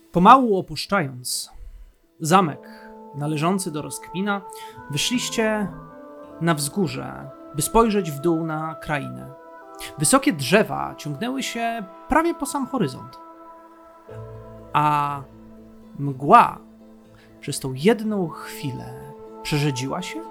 Pomału opuszczając zamek należący do rozkmina, wyszliście na wzgórze, by spojrzeć w dół na krainę. Wysokie drzewa ciągnęły się prawie po sam horyzont, a mgła przez tą jedną chwilę przerzedziła się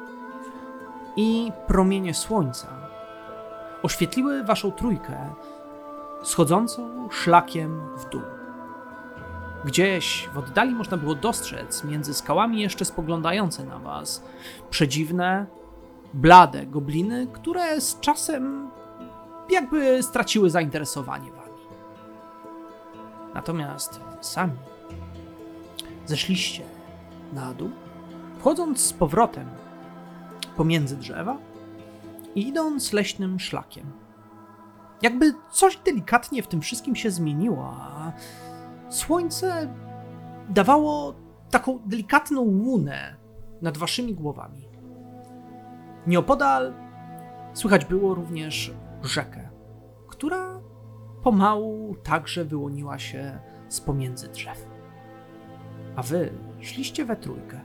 i promienie słońca oświetliły waszą trójkę schodzącą szlakiem w dół. Gdzieś w oddali można było dostrzec między skałami jeszcze spoglądające na was przedziwne, blade gobliny, które z czasem jakby straciły zainteresowanie wami. Natomiast sami zeszliście na dół, wchodząc z powrotem pomiędzy drzewa i idąc leśnym szlakiem. Jakby coś delikatnie w tym wszystkim się zmieniło, a słońce dawało taką delikatną łunę nad waszymi głowami. Nieopodal słychać było również rzekę, która pomału także wyłoniła się z pomiędzy drzew. A wy szliście we trójkę.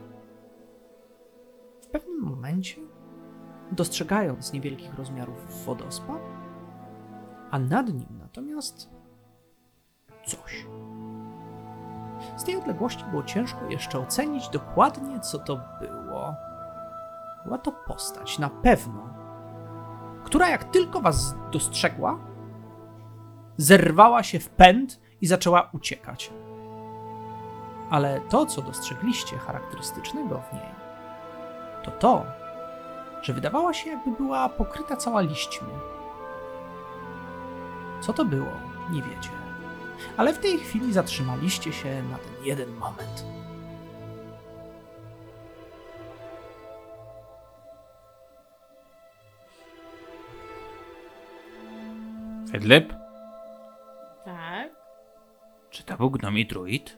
W pewnym momencie, dostrzegając niewielkich rozmiarów wodospad, a nad nim natomiast coś. Z tej odległości było ciężko jeszcze ocenić dokładnie, co to było. Była to postać, na pewno, która jak tylko was dostrzegła, zerwała się w pęd i zaczęła uciekać. Ale to, co dostrzegliście charakterystycznego w niej, to, że wydawała się, jakby była pokryta cała liśćmi. Co to było, nie wiecie. Ale w tej chwili zatrzymaliście się na ten jeden moment. Fedlip? Tak? Czy to był gnomi druid?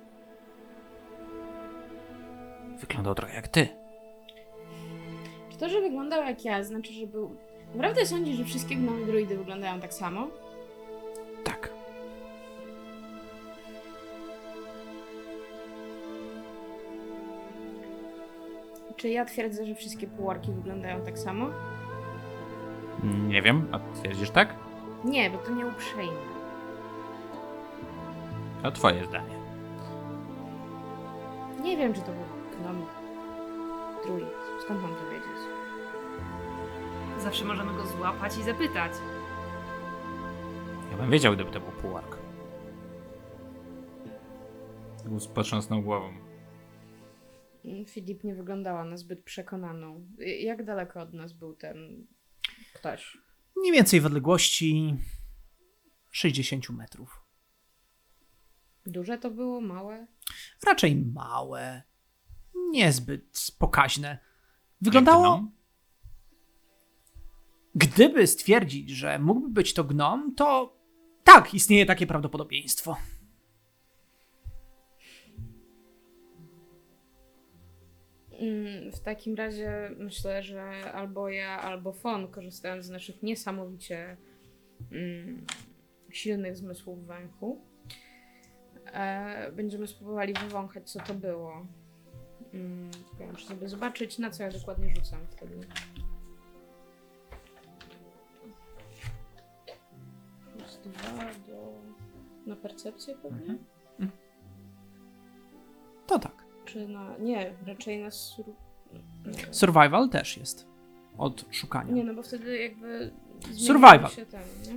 Wyglądał trochę jak ty. Czy to, że wyglądał jak ja, znaczy, że był... Naprawdę sądzisz, że wszystkie gnomy druidy wyglądają tak samo? Tak. Czy ja twierdzę, że wszystkie półorki wyglądają tak samo? Nie wiem, a twierdzisz tak? Nie, bo to nieuprzejme. To twoje zdanie. Nie wiem, czy to był gnom druid. Skąd mam to wiedzieć? Zawsze możemy go złapać i zapytać. Ja bym wiedział, gdyby to był półork. Potrząsnął głową. Filip nie wyglądała na zbyt przekonaną. Jak daleko od nas był ten ktoś? Mniej więcej w odległości 60 metrów. Duże to było? Małe? Raczej małe, niezbyt pokaźne. Wyglądało... Jak gnom? Gdyby stwierdzić, że mógłby być to gnom, to tak, istnieje takie prawdopodobieństwo. W takim razie myślę, że albo ja, albo Fon, korzystając z naszych niesamowicie silnych zmysłów węchu, będziemy spróbowali wywąchać, co to było. Ja muszę sobie zobaczyć, na co ja dokładnie rzucam wtedy. Plus 2 na percepcję pewnie? To tak. Czy na... Nie, raczej na... Survival też jest od szukania. Nie, no bo wtedy jakby... Survival. Się ten, nie?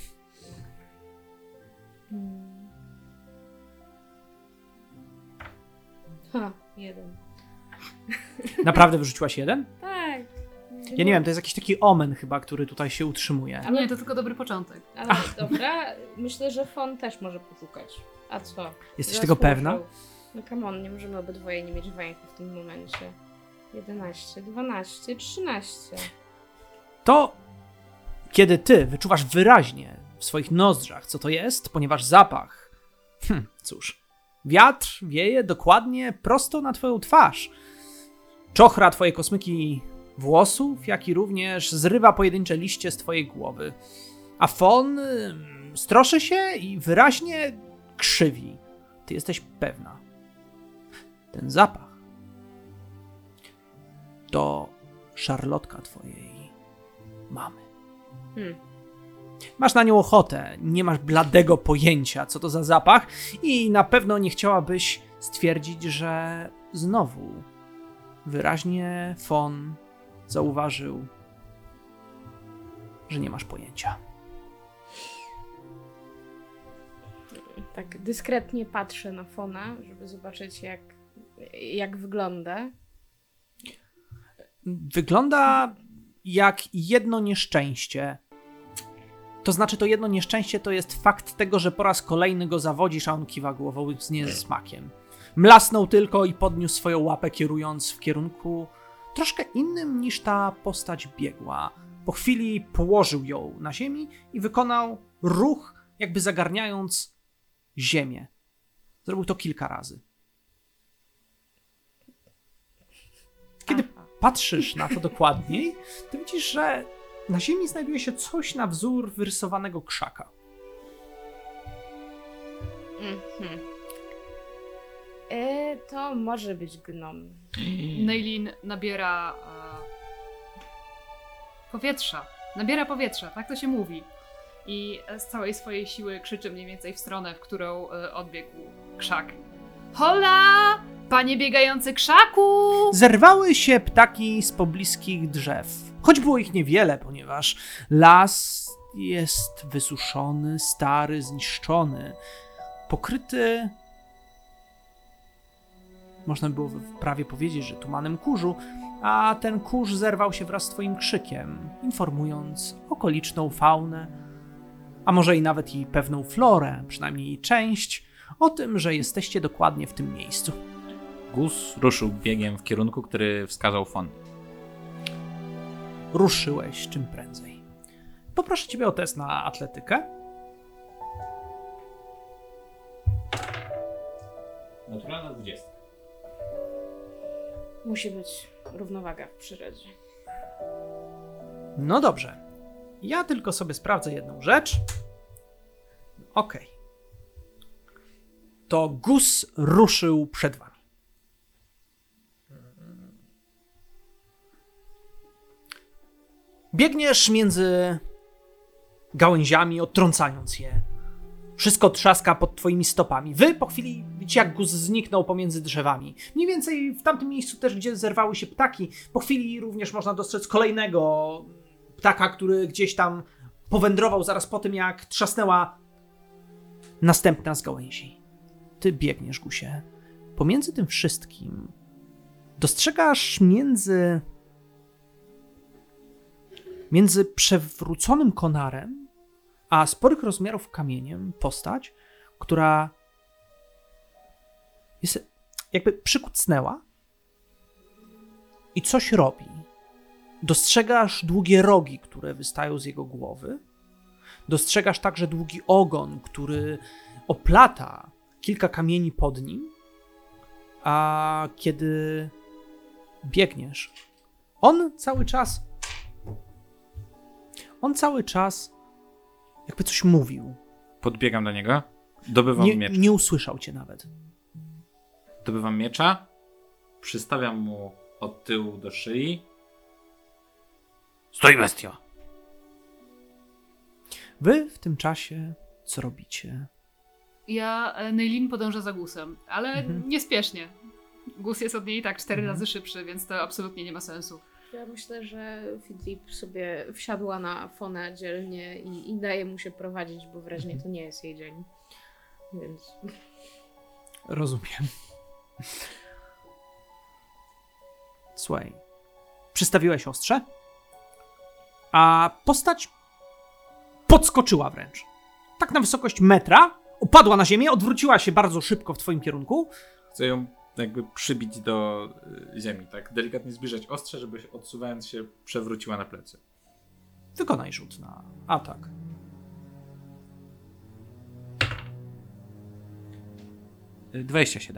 Ha, 1. Naprawdę wyrzuciłaś jeden? Tak. Ja nie wiem, to jest jakiś taki omen chyba, który tutaj się utrzymuje. A nie, to tylko dobry początek. Ale dobra, myślę, że Fon też może poszukać. A co? Jesteś tego pewna? No come on, nie możemy obydwoje nie mieć węchu w tym momencie. 11, 12, 13. To, kiedy ty wyczuwasz wyraźnie w swoich nozdrzach, co to jest, ponieważ zapach... Cóż, wiatr wieje dokładnie prosto na twoją twarz. Czochra twojej kosmyki włosów, jak i również zrywa pojedyncze liście z twojej głowy. A Fon stroszy się i wyraźnie krzywi. ty jesteś pewna. Ten zapach to szarlotka twojej mamy. Masz na nią ochotę, nie masz bladego pojęcia, co to za zapach i na pewno nie chciałabyś stwierdzić, że znowu wyraźnie Fon zauważył, że nie masz pojęcia. Tak dyskretnie patrzę na Fona, żeby zobaczyć jak wygląda. Wygląda jak jedno nieszczęście. To znaczy, to jedno nieszczęście to jest fakt tego, że po raz kolejny go zawodzisz, a on kiwa głową z niesmakiem. Mlasnął tylko i podniósł swoją łapę, kierując w kierunku troszkę innym niż ta postać biegła. Po chwili położył ją na ziemi i wykonał ruch, jakby zagarniając ziemię. Zrobił to kilka razy. Kiedy patrzysz na to dokładniej, to widzisz, że na ziemi znajduje się coś na wzór wyrysowanego krzaka. To może być gnom. Neilin nabiera powietrza. Nabiera powietrza, tak to się mówi. I z całej swojej siły krzyczy mniej więcej w stronę, w którą odbiegł krzak. Hola! Panie biegający krzaku! Zerwały się ptaki z pobliskich drzew. Choć było ich niewiele, ponieważ las jest wysuszony, stary, zniszczony, pokryty, można by było prawie powiedzieć, że tumanem kurzu, a ten kurz zerwał się wraz z twoim krzykiem, informując okoliczną faunę, a może i nawet i pewną florę, przynajmniej jej część, o tym, że jesteście dokładnie w tym miejscu. Gus ruszył biegiem w kierunku, który wskazał Fon. Ruszyłeś czym prędzej. Poproszę ciebie o test na atletykę. Naturalna 20. Musi być równowaga w przyrodzie. No dobrze. Ja tylko sobie sprawdzę jedną rzecz. Okej. To Gus ruszył przed wami. Biegniesz między gałęziami, odtrącając je. Wszystko trzaska pod twoimi stopami. Wy po chwili widzicie, jak Gus zniknął pomiędzy drzewami. Mniej więcej w tamtym miejscu też, gdzie zerwały się ptaki. Po chwili również można dostrzec kolejnego ptaka, który gdzieś tam powędrował zaraz po tym, jak trzasnęła następna z gałęzi. Ty biegniesz, Gusie. Pomiędzy tym wszystkim dostrzegasz między przewróconym konarem a sporych rozmiarów kamieniem postać, która jest jakby przykucnęła i coś robi. Dostrzegasz długie rogi, które wystają z jego głowy. Dostrzegasz także długi ogon, który oplata kilka kamieni pod nim, a kiedy biegniesz, on cały czas jakby coś mówił. Podbiegam do niego. Dobywam miecz. Nie usłyszał cię nawet. Dobywam miecza. Przystawiam mu od tyłu do szyi. Stoj, bestio! Wy w tym czasie co robicie? Ja, Neilin podąża za Gusem, ale niespiesznie. Gus jest od niej i tak 4 razy szybszy, więc to absolutnie nie ma sensu. Ja myślę, że Fidlip sobie wsiadła na Fona dzielnie i daje mu się prowadzić, bo wyraźnie to nie jest jej dzień. Więc... Rozumiem. Słuchaj, przystawiłeś ostrze, a postać podskoczyła wręcz. Tak na wysokość metra, upadła na ziemię, odwróciła się bardzo szybko w twoim kierunku. Chcę ją jakby przybić do ziemi, tak? Delikatnie zbliżać ostrze, żeby odsuwając się przewróciła na plecy. Wykonaj rzut na atak. Y, 27.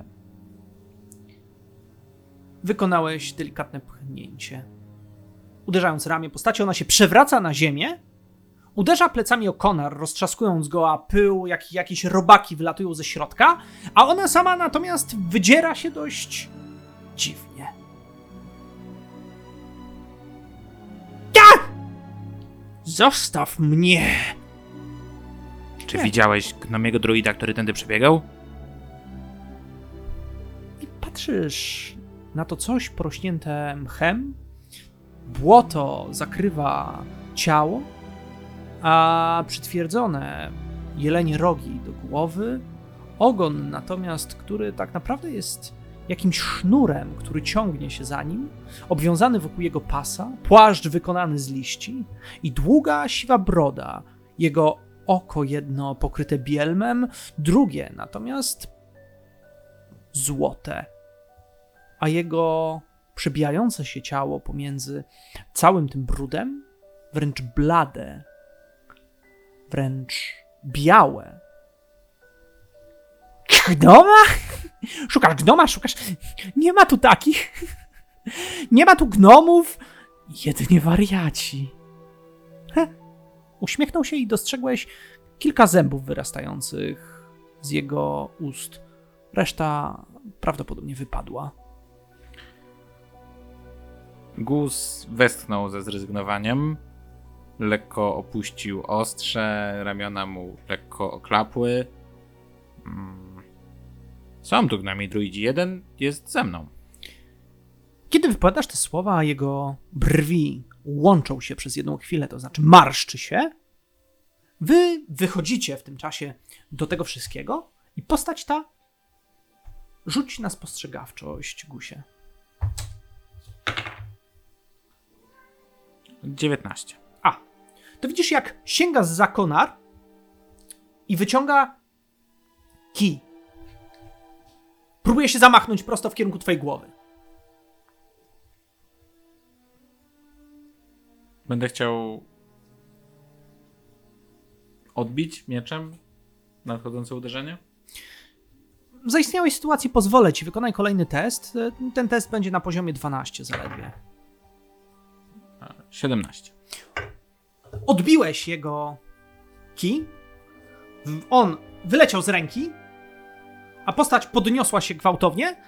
Wykonałeś delikatne pchnięcie. Uderzając ramię postaci, ona się przewraca na ziemię, Uderza plecami o konar, roztrzaskując go, a pył, jakieś robaki wylatują ze środka, a ona sama natomiast wydziera się dość dziwnie. Zostaw mnie! Czy widziałeś gnomiego druida, który tędy przebiegał? I patrzysz na to coś porośnięte mchem. Błoto zakrywa ciało, a przytwierdzone jelenie rogi do głowy, ogon natomiast, który tak naprawdę jest jakimś sznurem, który ciągnie się za nim, obwiązany wokół jego pasa, płaszcz wykonany z liści i długa, siwa broda, jego oko jedno pokryte bielmem, drugie natomiast złote, a jego przebijające się ciało pomiędzy całym tym brudem wręcz blade, wręcz białe. Gnoma? Szukasz gnoma? Szukasz... Nie ma tu takich. Nie ma tu gnomów. Jedynie wariaci. Uśmiechnął się i dostrzegłeś kilka zębów wyrastających z jego ust. Reszta prawdopodobnie wypadła. Gus westchnął ze zrezygnowaniem. Lekko opuścił ostrze, ramiona mu lekko oklapły. Są tu gnomi druidzi. Jeden jest ze mną. Kiedy wypowiadasz te słowa, jego brwi łączą się przez jedną chwilę, to znaczy marszczy się. Wy wychodzicie w tym czasie do tego wszystkiego i postać ta rzuć na spostrzegawczość, Gusie. 19. To widzisz, jak sięga zza konar i wyciąga kij. Próbuje się zamachnąć prosto w kierunku twojej głowy. Będę chciał odbić mieczem nadchodzące uderzenie. W zaistniałej sytuacji pozwolę ci, wykonaj kolejny test. Ten test będzie na poziomie 12 zaledwie. 17. Odbiłeś jego kij. On wyleciał z ręki, a postać podniosła się gwałtownie.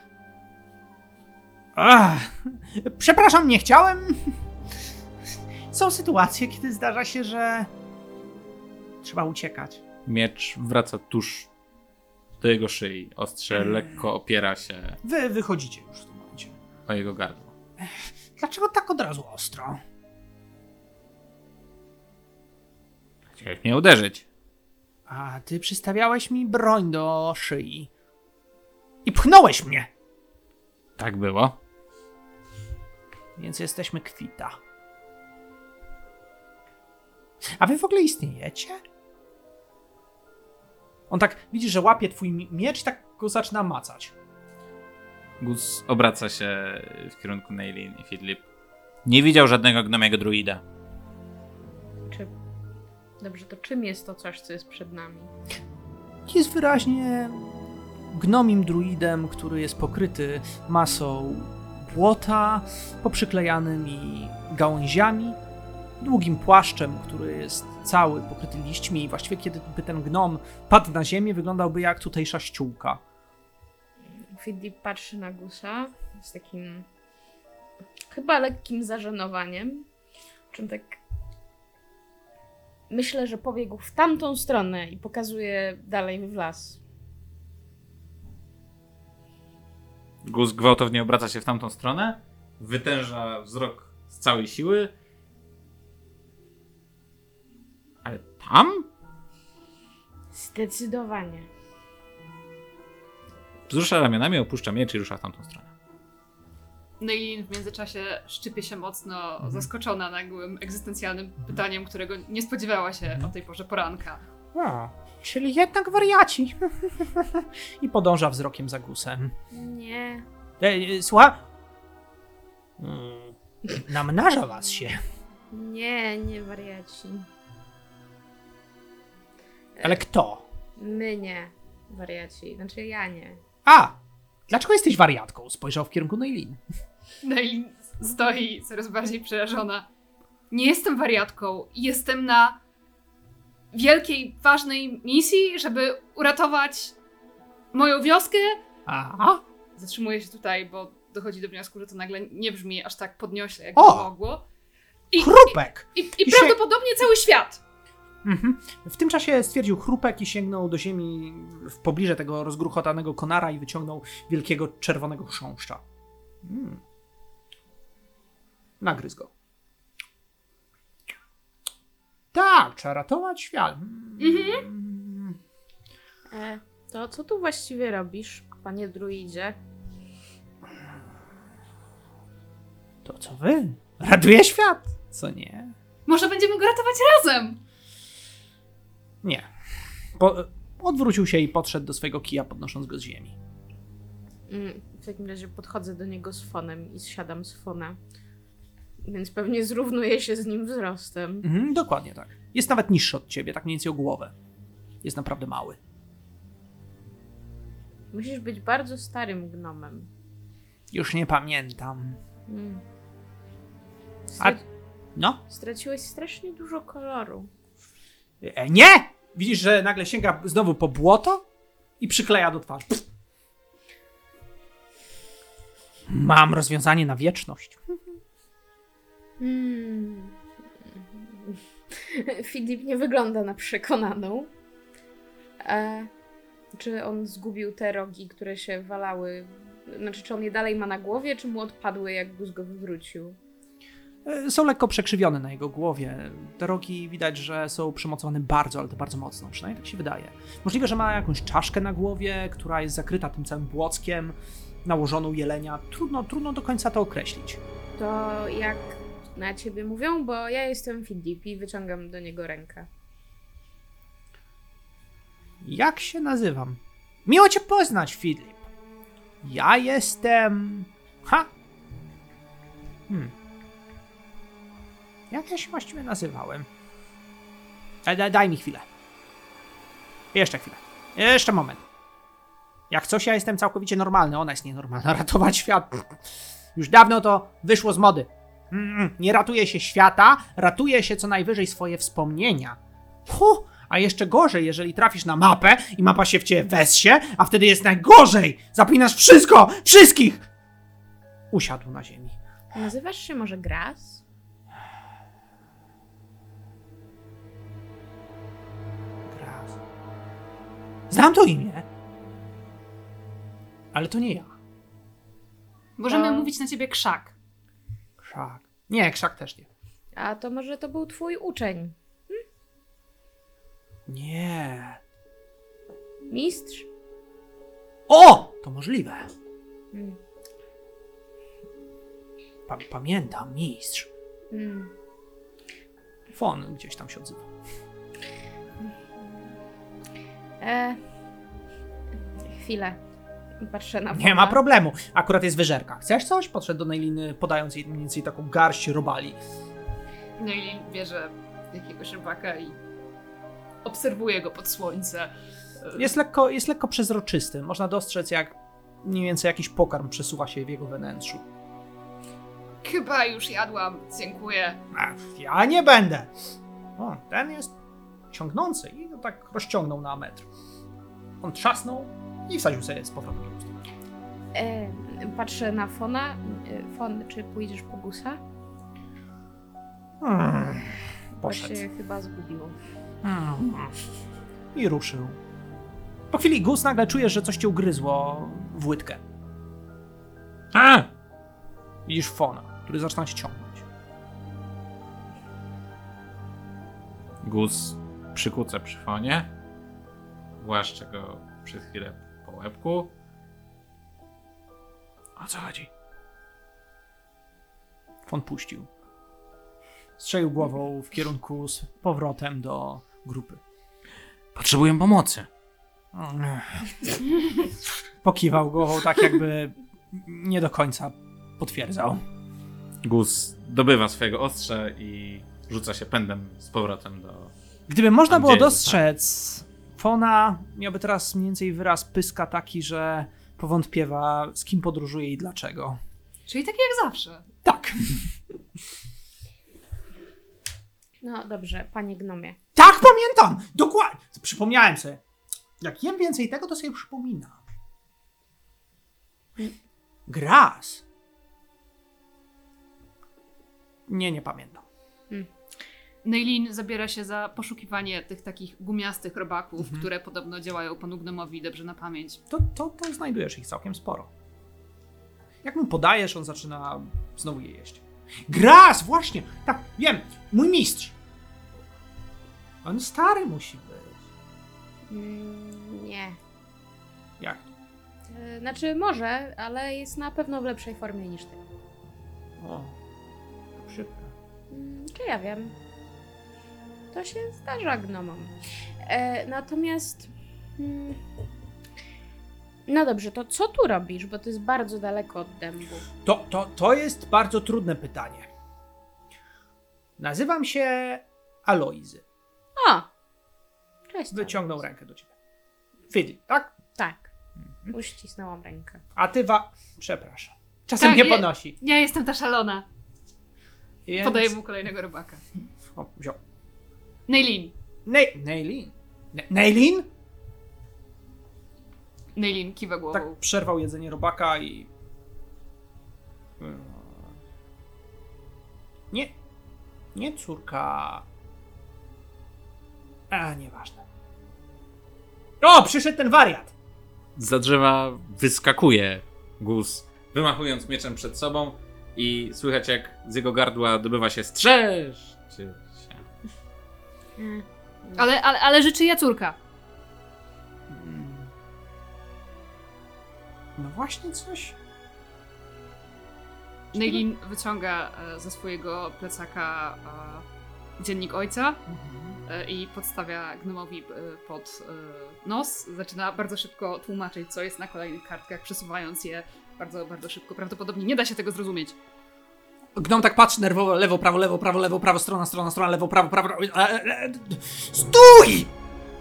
Przepraszam, nie chciałem. Są sytuacje, kiedy zdarza się, że trzeba uciekać. Miecz wraca tuż do jego szyi. Ostrze lekko opiera się Wy wychodzicie już w tym momencie. o jego gardło. Dlaczego tak od razu ostro? Chciałeś mnie uderzyć. A ty przystawiałeś mi broń do szyi. I pchnąłeś mnie. Tak było. Więc jesteśmy kwita. A wy w ogóle istniejecie? On tak, widzisz, że łapie twój miecz i tak go zaczyna macać. Gus obraca się w kierunku Neilin i Fidlip. Nie widział żadnego gnomiego druida. Dobrze, to czym jest to coś, co jest przed nami? Jest wyraźnie gnomim druidem, który jest pokryty masą błota, poprzyklejanymi gałęziami, długim płaszczem, który jest cały pokryty liśćmi i właściwie kiedy by ten gnom padł na ziemię, wyglądałby jak tutejsza ściółka. Fidlip patrzy na Gusa z takim chyba lekkim zażenowaniem, czym tak myślę, że pobiegł w tamtą stronę i pokazuje dalej w las. Gus gwałtownie obraca się w tamtą stronę, wytęża wzrok z całej siły. Ale tam? Zdecydowanie. Wzrusza ramionami, opuszcza miecz i rusza w tamtą stronę. Neilin w międzyczasie szczypie się mocno, zaskoczona nagłym egzystencjalnym pytaniem, którego nie spodziewała się o tej porze poranka. Czyli jednak wariaci. I podąża wzrokiem za Gusem. Nie. Słucha? Namnaża was się. Nie wariaci. Ale kto? My nie, wariaci. Znaczy ja nie. Dlaczego jesteś wariatką? Spojrzał w kierunku Neilin. Neilin stoi coraz bardziej przerażona. Nie jestem wariatką, jestem na wielkiej, ważnej misji, żeby uratować moją wioskę. Aha. Zatrzymuję się tutaj, bo dochodzi do wniosku, że to nagle nie brzmi aż tak podniośle, jak O! mogło. Chrupek! I prawdopodobnie cały świat. Mhm. W tym czasie stwierdził Chrupek i sięgnął do ziemi w pobliże tego rozgruchotanego konara i wyciągnął wielkiego czerwonego chrząszcza. Nagryzł go. Tak, trzeba ratować świat. To co tu właściwie robisz, panie druidzie? To co wy? Ratuje świat, co nie? Może będziemy go ratować razem. Nie. Odwrócił się i podszedł do swojego kija, podnosząc go z ziemi. W takim razie podchodzę do niego z fonem i zsiadam z fona. Więc pewnie zrównuję się z nim wzrostem. Dokładnie tak. Jest nawet niższy od ciebie, tak mniej więcej o głowę. Jest naprawdę mały. Musisz być bardzo starym gnomem. Już nie pamiętam. Mm. A... No? Straciłeś strasznie dużo koloru. Nie! Widzisz, że nagle sięga znowu po błoto i przykleja do twarzy. Pff. Mam rozwiązanie na wieczność. Filip nie wygląda na przekonaną. Czy on zgubił te rogi, które się walały? Znaczy, czy on je dalej ma na głowie, czy mu odpadły, jak Gus go wywrócił? Są lekko przekrzywione na jego głowie. Te rogi widać, że są przymocowane bardzo, ale to bardzo mocno. Przynajmniej tak się wydaje. Możliwe, że ma jakąś czaszkę na głowie, która jest zakryta tym całym błockiem, nałożoną jelenia. Trudno do końca to określić. To jak na ciebie mówią? Bo ja jestem Filip i wyciągam do niego rękę. Jak się nazywam? Miło cię poznać, Filip. Ja jestem... Jak ja się właściwie nazywałem? Daj mi chwilę. Jeszcze chwilę. Jeszcze moment. Jak coś, ja jestem całkowicie normalny. Ona jest nienormalna. Ratować świat. Już dawno to wyszło z mody. Nie ratuje się świata, ratuje się co najwyżej swoje wspomnienia. A jeszcze gorzej, jeżeli trafisz na mapę i mapa się w ciebie wessie, a wtedy jest najgorzej! Zapominasz wszystko! Wszystkich! Usiadł na ziemi. Nazywasz się może Gras? Gras. Znam to imię. Ale to nie ja. Możemy mówić na ciebie Krzak. Krzak. Nie, Krzak też nie. A to może to był twój uczeń? Nie. Mistrz? O! To możliwe. Pamiętam, mistrz. Fon gdzieś tam się odzywa. Chwilę. Patrzę na Nie ma problemu. Akurat jest wyżerka. Chcesz coś? Podszedł do Neiliny, podając jej mniej więcej taką garść robali. Neilin bierze jakiegoś rybaka i obserwuje go pod słońce. Jest lekko przezroczysty. Można dostrzec, jak mniej więcej jakiś pokarm przesuwa się w jego wnętrzu. Chyba już jadłam, dziękuję. Ja nie będę. O, ten jest ciągnący i go tak rozciągnął na metr. On trzasnął i wsadził sobie z powrotem do usta. Patrzę na Fona. Fon, czy pójdziesz po Gusa? Poszedł. Bo się chyba zgubił. I ruszył. Po chwili Gus nagle czuje, że coś cię ugryzło w łydkę. Widzisz Fona, który zaczyna cię ciągnąć. Gus przykuca przy fonie, głaszcze go przez chwilę po łebku. O co chodzi? Fon puścił. Strzelił głową w kierunku z powrotem do grupy. Potrzebuję pomocy. Pokiwał głową tak, jakby nie do końca potwierdzał. Gus dobywa swojego ostrza i rzuca się pędem z powrotem do... Gdyby można było Andrzeju, dostrzec, Fona miałby teraz mniej więcej wyraz pyska taki, że powątpiewa, z kim podróżuje i dlaczego. Czyli tak jak zawsze. Tak. No dobrze, panie gnomie. Tak, Tak, pamiętam! Dokładnie! Przypomniałem sobie. Jak jem więcej tego, to sobie przypominam. Gras. Nie pamiętam. Neilin zabiera się za poszukiwanie tych takich gumiastych robaków, które podobno działają panu gnomowi dobrze na pamięć. To znajdujesz ich całkiem sporo. Jak mu podajesz, on zaczyna znowu je jeść. Gras, właśnie! Tak, wiem, mój mistrz. On stary musi być. Nie. Jak to? Znaczy może, ale jest na pewno w lepszej formie niż ty. O, to przykre. Czy ja wiem? To się zdarza gnomom. Natomiast... No dobrze, to co tu robisz? Bo to jest bardzo daleko od dębu. To jest bardzo trudne pytanie. Nazywam się Alojzy. O! Cześć. Wyciągnął rękę do ciebie. Filip, tak? Tak. Uścisnęłam rękę. A ty Przepraszam. Czasem Tak, nie podnosi. Ja jestem ta szalona. Więc... Podaję mu kolejnego robaka. O, wziął. Neilin. Neilin? Neilin? Neilin kiwa głową. Tak przerwał jedzenie robaka i... Nie córka... Nieważne. O, przyszedł ten wariat! Za drzewa wyskakuje Gus, wymachując mieczem przed sobą i słychać jak z jego gardła dobywa się strzeżcie się. Ale że czyja córka? No właśnie coś... Neilin wyciąga ze swojego plecaka dziennik ojca i podstawia gnomowi pod nos. Zaczyna bardzo szybko tłumaczyć, co jest na kolejnych kartkach, przesuwając je bardzo, bardzo szybko. Prawdopodobnie nie da się tego zrozumieć. Gnom tak patrzy nerwowo, lewo, prawo, strona, lewo, prawo. Stój!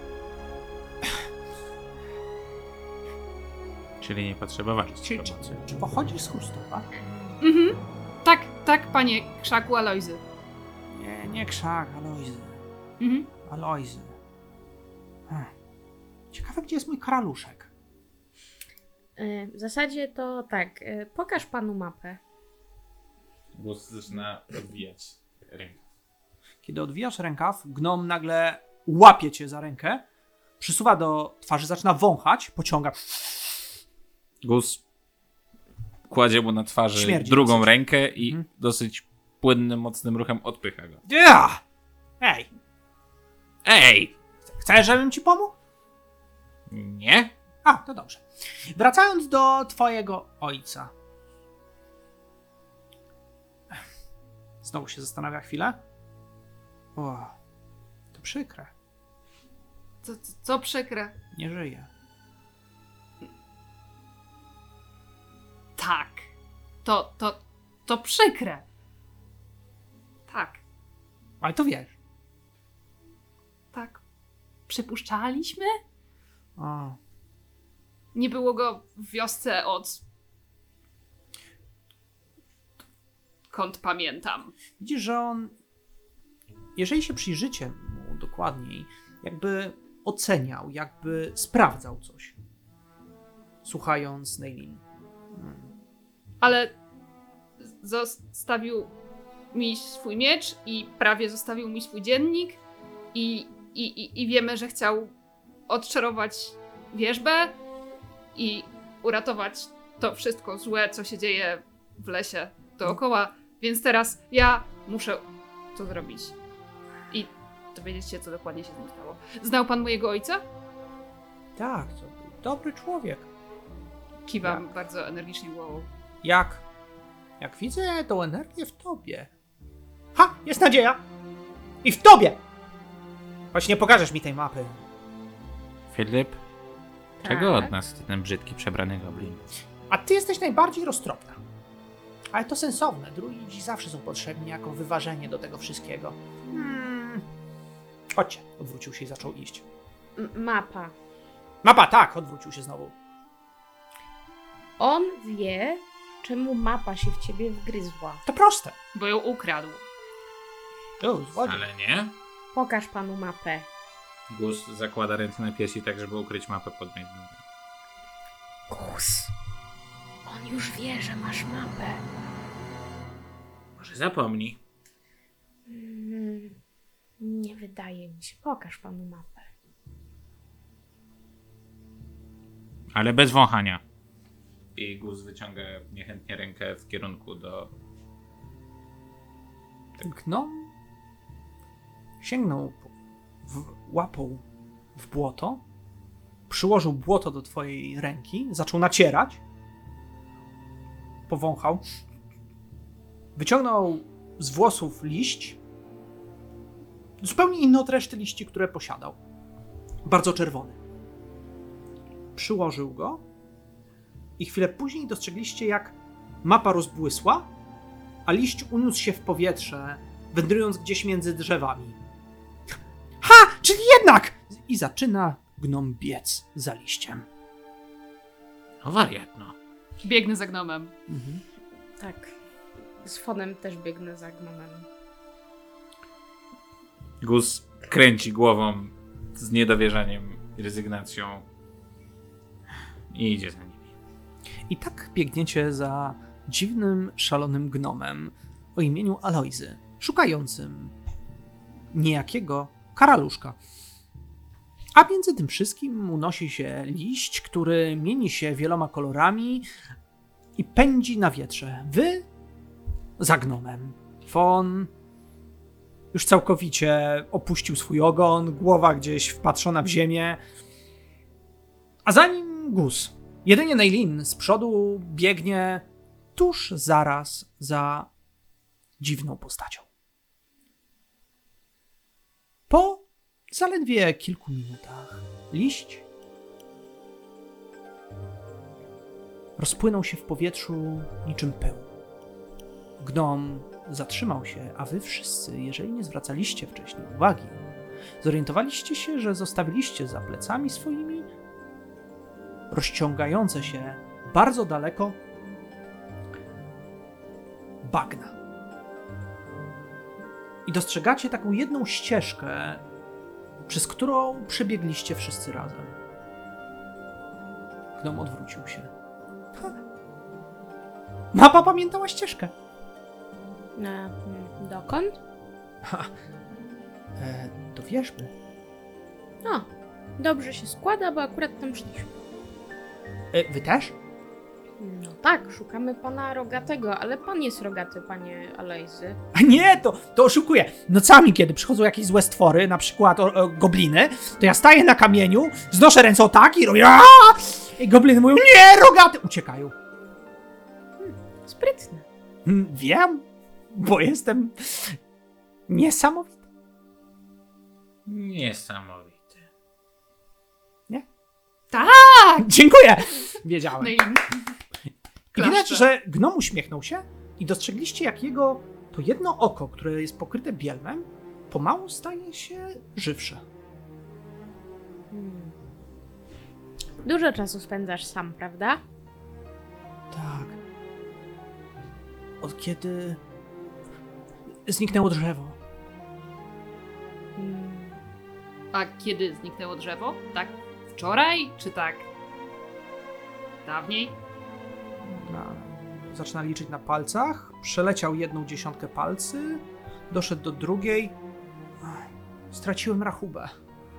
Czyli nie potrzebowaliście pomocy. Czy pochodzisz z Chrustowa? Tak, panie Krzaku Alojzy. Nie krzak, Alojzy. Alojzy. Ciekawe, gdzie jest mój karaluszek. W zasadzie to tak. Pokaż panu mapę. Gus zaczyna odwijać rękę. Kiedy odwijasz rękaw, gnom nagle łapie cię za rękę, przysuwa do twarzy, zaczyna wąchać, pociąga. Gus kładzie mu na twarzy Śmierdzi drugą dosyć. rękę i dosyć płynnym, mocnym ruchem odpycha go. Ja! Ej, Ej! chcesz, żebym ci pomógł? Nie? A, to dobrze. Wracając do twojego ojca. Znowu się zastanawia chwilę. O, to przykre. Co przykre. Nie żyje. Tak. To przykre. Tak. Ale to wiesz. Tak. Przypuszczaliśmy? O, Nie było go w wiosce od... Kąd pamiętam. widzisz, że on, jeżeli się przyjrzycie mu dokładniej, jakby oceniał, jakby sprawdzał coś. Słuchając Neilin. Ale zostawił mi swój miecz i prawie zostawił mi swój dziennik i wiemy, że chciał odczarować wierzbę i uratować to wszystko złe, co się dzieje w lesie dookoła, więc teraz ja muszę to zrobić i dowiedzieć się, co dokładnie się z nim stało. Znał pan mojego ojca? Tak, to był dobry człowiek. Kiwam bardzo energicznie głową. Jak widzę tą energię w tobie. Ha! Jest nadzieja! I w tobie! Choć nie pokażesz mi tej mapy. Filip? Tak. Czego od nas chce ten brzydki, przebrany goblin? A ty jesteś najbardziej roztropna. Ale to sensowne. Druidzi zawsze są potrzebni jako wyważenie do tego wszystkiego. Chodźcie. Odwrócił się i zaczął iść. Mapa. Mapa, tak! Odwrócił się znowu. On wie, czemu mapa się w ciebie wgryzła. To proste. Bo ją ukradł. Złodziej. Ale nie? Pokaż panu mapę. Gus zakłada ręce na piersi tak, żeby ukryć mapę pod mnie. Gus. On już wie, że masz mapę. Może zapomnij. Nie wydaje mi się. Pokaż panu mapę. Ale bez wąchania. I Gus wyciąga niechętnie rękę w kierunku do... Gnom sięgnął łapą w błoto, przyłożył błoto do twojej ręki, zaczął nacierać, powąchał, wyciągnął z włosów liść, zupełnie inny od reszty liści, które posiadał. Bardzo czerwony. Przyłożył go i chwilę później dostrzegliście, jak mapa rozbłysła, a liść uniósł się w powietrze, wędrując gdzieś między drzewami. Ha! Czyli jednak! I zaczyna gnom biec za liściem. No wariat, no. Biegnę za gnomem. Tak. Z fonem też biegnę za gnomem. Gus kręci głową z niedowierzaniem i rezygnacją i idzie za nimi. I tak biegniecie za dziwnym, szalonym gnomem o imieniu Alojzy, szukającym niejakiego karaluszka. A między tym wszystkim unosi się liść, który mieni się wieloma kolorami i pędzi na wietrze. Wy za gnomem. Fon już całkowicie opuścił swój ogon, głowa gdzieś wpatrzona w ziemię, a za nim Gus. Jedynie Neilin z przodu biegnie tuż zaraz za dziwną postacią. Po zaledwie kilku minutach liść rozpłynął się w powietrzu niczym pył. Gnom zatrzymał się, a wy wszyscy, jeżeli nie zwracaliście wcześniej uwagi, zorientowaliście się, że zostawiliście za plecami swoimi rozciągające się bardzo daleko bagna. I dostrzegacie taką jedną ścieżkę, przez którą przebiegliście wszyscy razem. Gnom odwrócił się. Mapa pamiętała ścieżkę. Dokąd? Do wierzby. O, dobrze się składa, bo akurat tam szliśmy. Wy też? No tak, szukamy pana Rogatego, ale pan jest rogaty, panie Alojzy. A nie, to oszukuję. Nocami, kiedy przychodzą jakieś złe stwory, na przykład gobliny, to ja staję na kamieniu, znoszę ręce o tak i robię aaa! I gobliny mówią, nie, rogaty! Uciekają. Sprytne. Wiem, bo jestem niesamowity. Niesamowity. Dziękuję! Wiedziałem. Neilin. I widać, Klaszcze. że gnom uśmiechnął się i dostrzegliście, jak jego to jedno oko, które jest pokryte bielmem, pomału staje się żywsze. Dużo czasu spędzasz sam, prawda? Tak. Od kiedy zniknęło drzewo. A kiedy zniknęło drzewo? Tak wczoraj, czy tak dawniej? Zaczyna liczyć na palcach. Przeleciał 1/10 palcy. Doszedł do drugiej. Straciłem rachubę.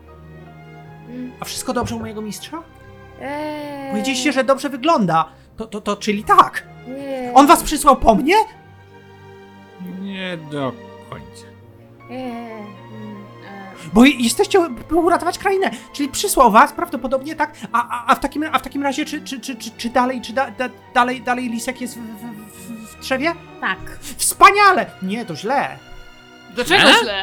A wszystko dobrze u mojego mistrza? Powiedzieliście, że dobrze wygląda. To czyli tak. Nie. On was przysłał po mnie? Nie do końca. Bo jesteście, by uratować krainę. Czyli przysłał was prawdopodobnie, tak? A w takim razie, czy dalej lisek jest w drzewie? Tak. Wspaniale! Nie, to źle. Dlaczego E? źle?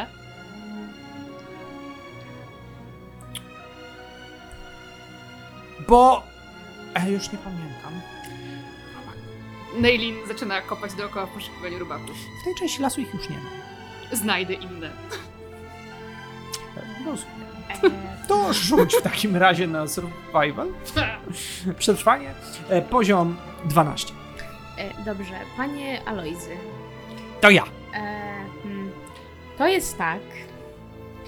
Bo... już nie pamiętam. Neilin zaczyna kopać dookoła w poszukiwaniu robaków. W tej części lasu ich już nie ma. Znajdę inne. Rozumiem. To rzuć w takim razie na survival. Przetrwanie. Poziom 12. Dobrze, panie Alojzy. To ja. To jest tak,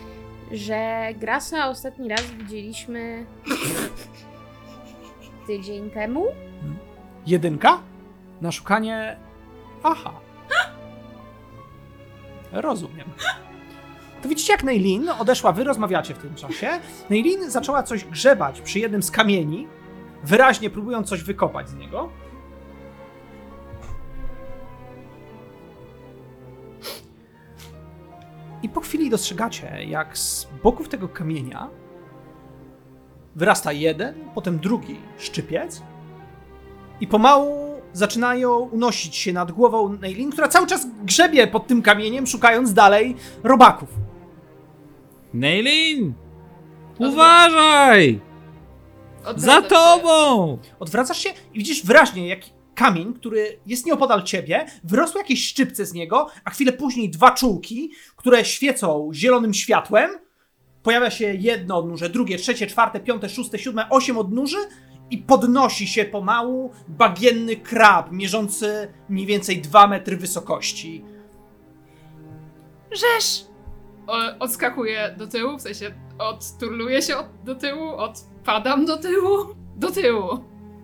że Grasa ostatni raz widzieliśmy tydzień temu. 1 na szukanie... Aha. Rozumiem. To widzicie, jak Neilin odeszła, wy rozmawiacie w tym czasie. Neilin zaczęła coś grzebać przy jednym z kamieni, wyraźnie próbując coś wykopać z niego. I po chwili dostrzegacie, jak z boków tego kamienia wyrasta jeden, potem drugi szczypiec i pomału zaczynają unosić się nad głową Neilin, która cały czas grzebie pod tym kamieniem, szukając dalej robaków. Neilin! Uważaj! Za tobą! Odwracasz się i widzisz wyraźnie, jak kamień, który jest nieopodal ciebie, wyrosły jakieś szczypce z niego, a chwilę później 2 czułki, które świecą zielonym światłem. Pojawia się jedno odnóże, drugie, trzecie, czwarte, piąte, szóste, siódme, 8 odnóży i podnosi się pomału bagienny krab, mierzący mniej więcej 2 metry wysokości. Rzesz! Odskakuję do tyłu, w sensie odturluję się do tyłu, odpadam do tyłu.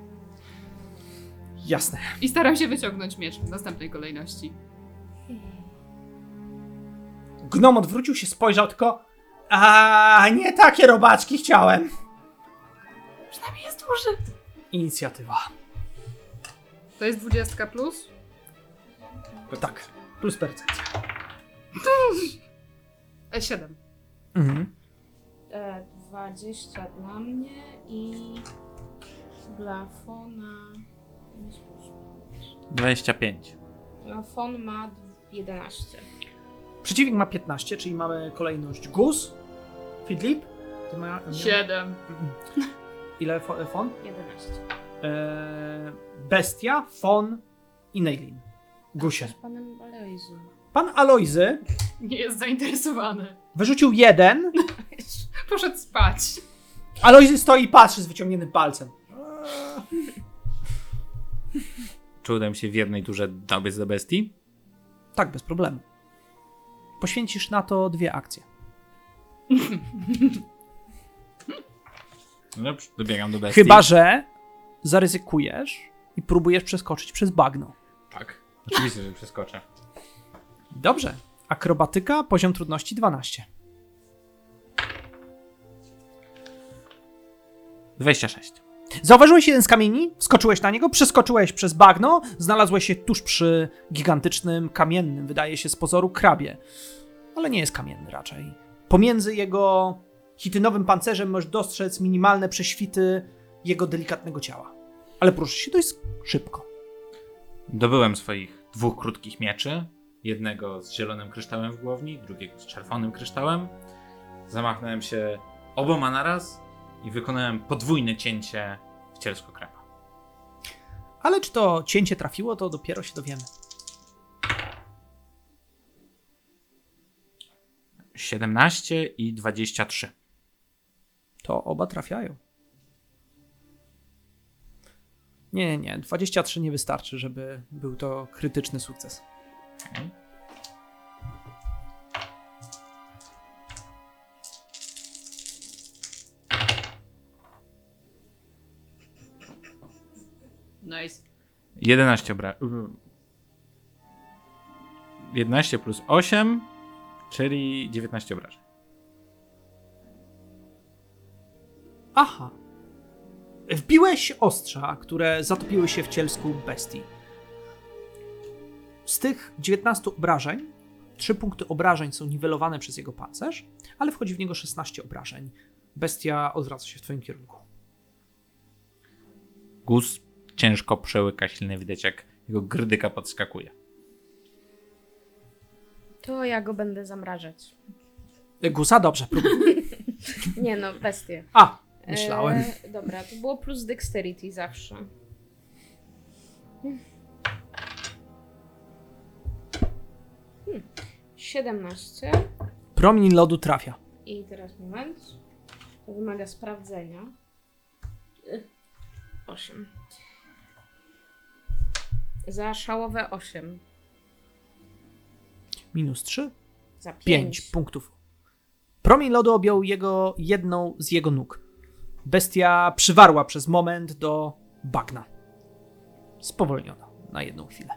Jasne. I staram się wyciągnąć miecz w następnej kolejności. Gnom odwrócił się, spojrzał tylko. A nie takie robaczki chciałem. Przynajmniej jest duży. Inicjatywa. To jest 20 plus? Tak, plus percepcja. 7. Mhm. 20 dla mnie i dla Fona... 25. Fon ma 11. Przeciwnik ma 15, czyli mamy kolejność Gus, Fidlip. Ty ma... 7. Ile Fon? 11. Bestia, Fon i Neilin. Gusie. Z panem Alojzy. Pan Alojzy Nie jest zainteresowany. wyrzucił 1. Poszedł spać. Alojzy stoi i patrzy z wyciągniętym palcem. Czy uda mi się w jednej turze dobiec do bestii? Tak, bez problemu. Poświęcisz na to 2 akcje. No dobrze, dobiegam do bestii. Chyba że zaryzykujesz i próbujesz przeskoczyć przez bagno. Tak, oczywiście, że przeskoczę. Dobrze. Akrobatyka, poziom trudności 12. 26. Zauważyłeś jeden z kamieni, wskoczyłeś na niego, przeskoczyłeś przez bagno, znalazłeś się tuż przy gigantycznym, kamiennym, wydaje się z pozoru, krabie. Ale nie jest kamienny raczej. Pomiędzy jego chitynowym pancerzem możesz dostrzec minimalne prześwity jego delikatnego ciała. Ale proszę się dość szybko. Dobyłem swoich 2 krótkich mieczy. Jednego z zielonym kryształem w głowni, drugiego z czerwonym kryształem. Zamachnąłem się oboma naraz i wykonałem podwójne cięcie w cielsko kraba. Ale czy to cięcie trafiło, to dopiero się dowiemy. 17 i 23. To oba trafiają. Nie. 23 nie wystarczy, żeby był to krytyczny sukces. Okay. Nice. 11 plus 8, czyli 19 obrażeń. Aha. Wbiłeś ostrza, które zatopiły się w cielsku bestii. Z tych 19 obrażeń, 3 punkty obrażeń są niwelowane przez jego pancerz, ale wchodzi w niego 16 obrażeń. Bestia odwraca się w twoim kierunku. Gus ciężko przełyka, silny widać jak jego grdyka podskakuje. To ja go będę zamrażać. Gusa, dobrze, próbuj. Nie no, bestie. A, myślałem. Dobra, to było plus dexterity zawsze. 17. Promień lodu trafia. I teraz moment. To wymaga sprawdzenia. 8. Za szałowe 8. Minus 3. Za 5 punktów Promień lodu objął jedną z jego nóg. Bestia przywarła przez moment do bagna. Spowolniono na jedną chwilę.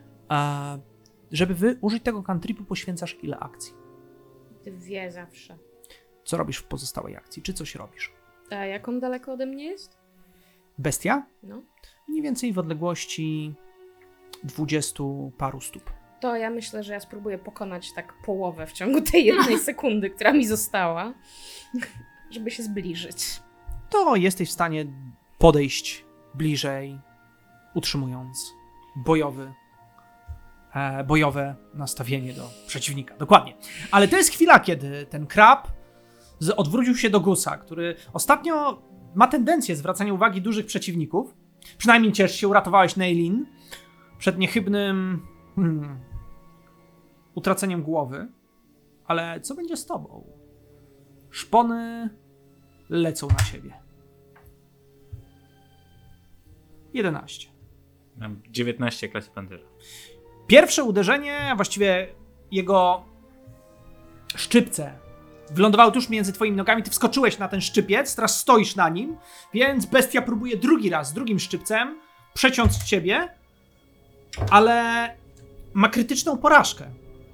Żeby użyć tego cantripu, poświęcasz ile akcji? 2 zawsze. Co robisz w pozostałej akcji? Czy coś robisz? A jak on daleko ode mnie jest? Bestia? No. Mniej więcej w odległości 20 paru stóp. To ja myślę, że ja spróbuję pokonać tak połowę w ciągu tej 1 sekundy, która mi została, żeby się zbliżyć. To jesteś w stanie podejść bliżej, utrzymując bojowe nastawienie do przeciwnika. Dokładnie. Ale to jest chwila, kiedy ten krab odwrócił się do Gusa, który ostatnio ma tendencję zwracania uwagi dużych przeciwników. Przynajmniej ciesz się, uratowałeś Neilin przed niechybnym utraceniem głowy. Ale co będzie z tobą? Szpony lecą na siebie. 11. Mam 19 klasy pancerza. Pierwsze uderzenie, a właściwie jego szczypce wylądowały tuż między twoimi nogami. Ty wskoczyłeś na ten szczypiec, teraz stoisz na nim, więc bestia próbuje drugi raz, drugim szczypcem przeciąć ciebie, ale ma krytyczną porażkę.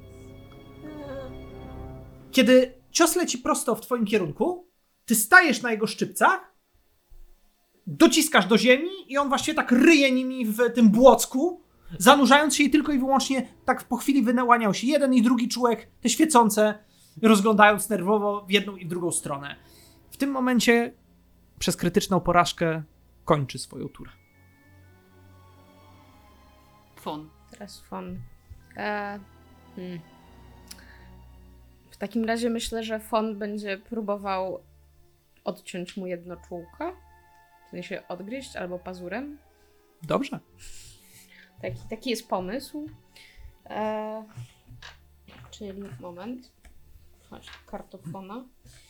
Kiedy cios leci prosto w twoim kierunku, ty stajesz na jego szczypcach, dociskasz do ziemi i on właściwie tak ryje nimi w tym błocku, zanurzając się i tylko i wyłącznie tak po chwili wyłaniał się jeden i drugi człowiek, te świecące, rozglądając nerwowo w jedną i w drugą stronę. W tym momencie przez krytyczną porażkę kończy swoją turę. Fon. Teraz Fon. W takim razie myślę, że Fon będzie próbował odciąć mu jedno czółko. W sensie odgryźć albo pazurem. Dobrze. Taki jest pomysł. Czyli moment. Chodź, kartofona.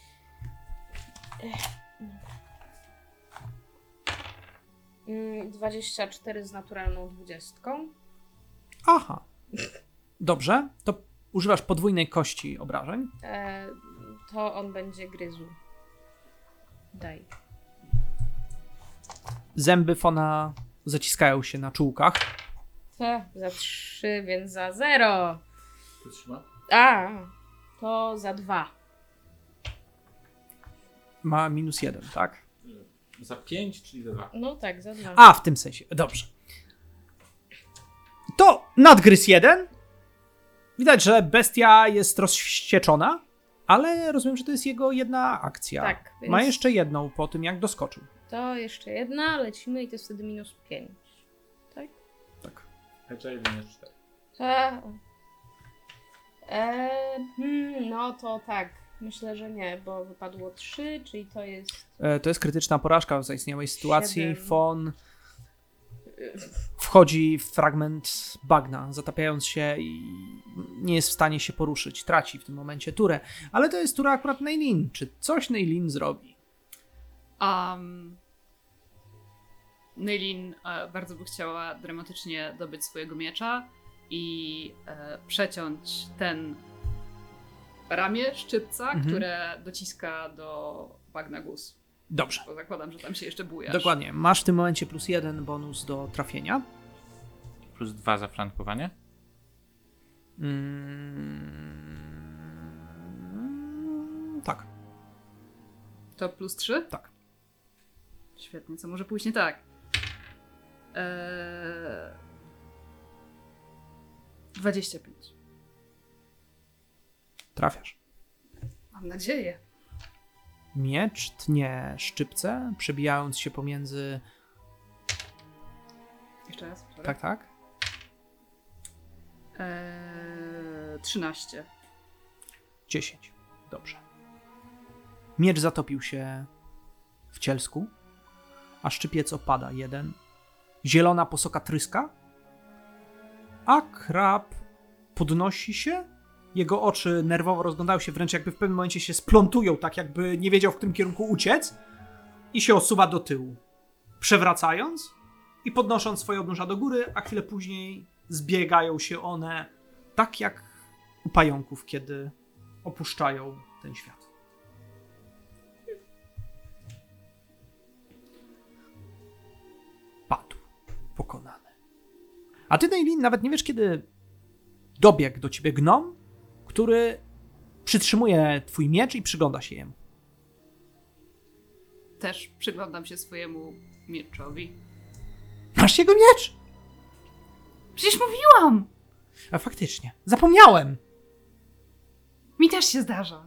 24 z naturalną 20. Aha. Dobrze. To używasz podwójnej kości obrażeń. To on będzie gryzł. Daj. Zęby Fona zaciskają się na czółkach. Za 3, więc za 0. To trzyma? To za 2. Ma -1, tak? Za 5, czyli za 2. No tak, za 2. A, w tym sensie. Dobrze. To nadgryz 1. Widać, że bestia jest rozwścieczona, ale rozumiem, że to jest jego jedna akcja. Tak, więc- Ma jeszcze jedną po tym, jak doskoczył. To jeszcze jedna, lecimy i to jest wtedy -5. Tak? Tak. Agile -4. No to tak. Myślę, że nie, bo wypadło 3, czyli to jest... To jest krytyczna porażka w zaistniałej sytuacji. 7. Fon wchodzi w fragment bagna, zatapiając się i nie jest w stanie się poruszyć. Traci w tym momencie turę. Ale to jest tura akurat Neilin. Czy coś Neilin zrobi? Neilin bardzo by chciała dramatycznie dobyć swojego miecza i przeciąć ten ramię szczypca, które dociska do bagna Gus. Dobrze. Bo zakładam, że tam się jeszcze bujasz. Dokładnie. Masz w tym momencie +1 bonus do trafienia. Plus 2 za flankowanie. Tak. To +3? Tak. Świetnie, co może pójść nie tak? 25. Trafiasz. Mam nadzieję. Miecz tnie szczypce, przebijając się pomiędzy... Jeszcze raz. Sorry. Tak, tak. 13. 10. Dobrze. Miecz zatopił się w cielsku, a szczypiec opada 1. Zielona posoka tryska, a krab podnosi się. Jego oczy nerwowo rozglądają się, wręcz jakby w pewnym momencie się splątują, tak jakby nie wiedział, w którym kierunku uciec, i się osuwa do tyłu, przewracając i podnosząc swoje odnóża do góry, a chwilę później zbiegają się one tak jak u pająków, kiedy opuszczają ten świat. pokonany. A ty, Neilin, nawet nie wiesz, kiedy dobiegł do ciebie gnom, który przytrzymuje twój miecz i przygląda się jemu. Też przyglądam się swojemu mieczowi. Masz jego miecz? Przecież mówiłam! A faktycznie, zapomniałem. Mi też się zdarza.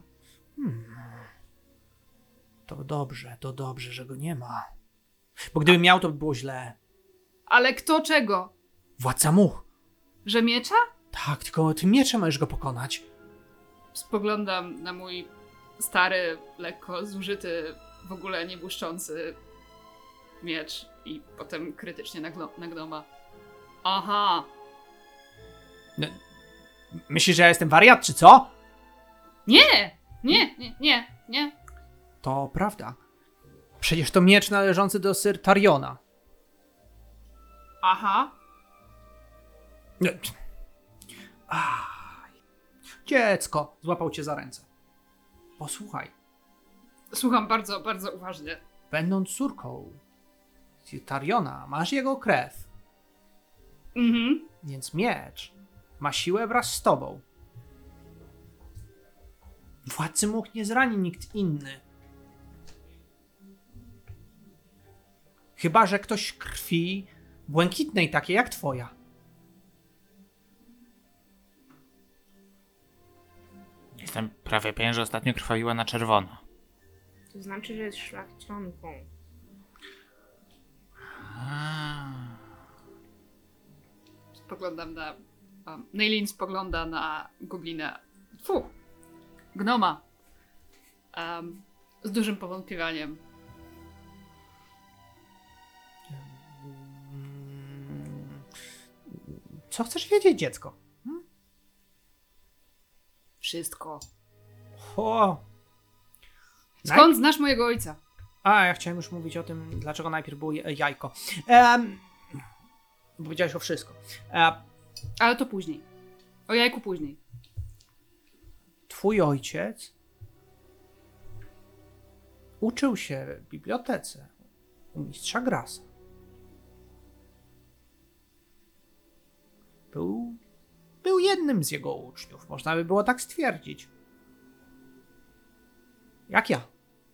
To dobrze, że go nie ma. Bo gdyby miał, to by było źle. Ale kto czego? Władca much. Że miecza? Tak, tylko tym mieczem możesz go pokonać. Spoglądam na mój stary, lekko zużyty, w ogóle nie błyszczący miecz i potem krytycznie na gnoma. Aha! Myślisz, że ja jestem wariat, czy co? Nie! Nie! To prawda. Przecież to miecz należący do Sir Tariona. Aha! Nie. Aj. Dziecko, złapał cię za ręce. Posłuchaj, Słucham bardzo, bardzo uważnie. będąc córką Sir Tariona, masz jego krew, Mhm. więc miecz ma siłę wraz z tobą. Władcy much nie zrani nikt inny. Chyba że ktoś krwi błękitnej, takiej jak twoja. Jestem prawie pewien, że ostatnio krwawiła na czerwono. To znaczy, że jest szlachcianką. Spoglądam na... Neilin spogląda na goblina. Gnoma. Z dużym powątpiewaniem. Co chcesz wiedzieć, dziecko? Wszystko. O! Skąd znasz mojego ojca? A, ja chciałem już mówić o tym, dlaczego najpierw było jajko. Powiedziałeś o wszystko. Ale to później. O jajku później. Twój ojciec uczył się w bibliotece u mistrza Grasa. Był jednym z jego uczniów, można by było tak stwierdzić. Jak ja.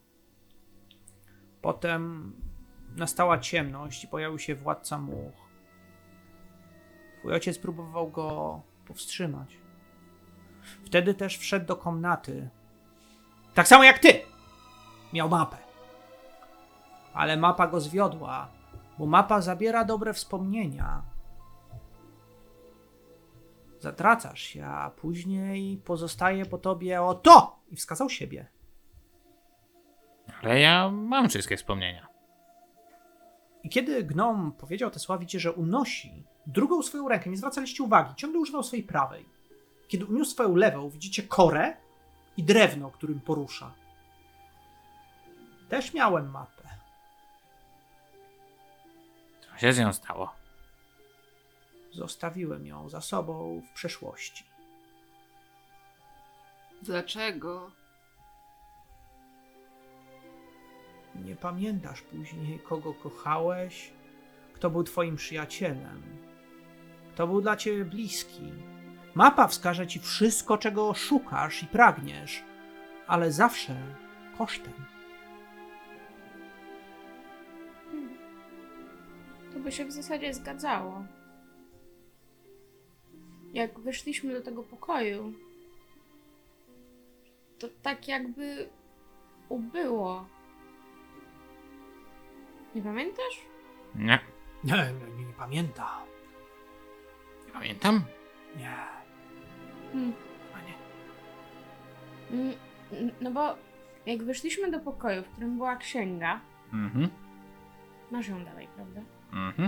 Potem nastała ciemność i pojawił się władca much. Twój ojciec próbował go powstrzymać. Wtedy też wszedł do komnaty. Tak samo jak ty! Miał mapę. Ale mapa go zwiodła, bo mapa zabiera dobre wspomnienia. Zatracasz się, a później pozostaje po tobie oto! I wskazał siebie. Ale ja mam wszystkie wspomnienia. I kiedy gnom powiedział te słowa, widzicie, że unosi drugą swoją rękę. Nie zwracaliście uwagi, ciągle używał swojej prawej. Kiedy uniósł swoją lewą, widzicie korę i drewno, którym porusza. Też miałem mapę. Co się z nią stało? Zostawiłem ją za sobą w przeszłości. Dlaczego? Nie pamiętasz później, kogo kochałeś, kto był twoim przyjacielem, kto był dla ciebie bliski. Mapa wskaże ci wszystko, czego szukasz i pragniesz, ale zawsze kosztem. To by się w zasadzie zgadzało. Jak weszliśmy do tego pokoju, to tak jakby ubyło. Nie pamiętasz? Nie. Nie pamiętam. Nie pamiętam? Nie. A nie. No bo jak weszliśmy do pokoju, w którym była księga, Mhm. masz ją dalej, prawda? Mhm.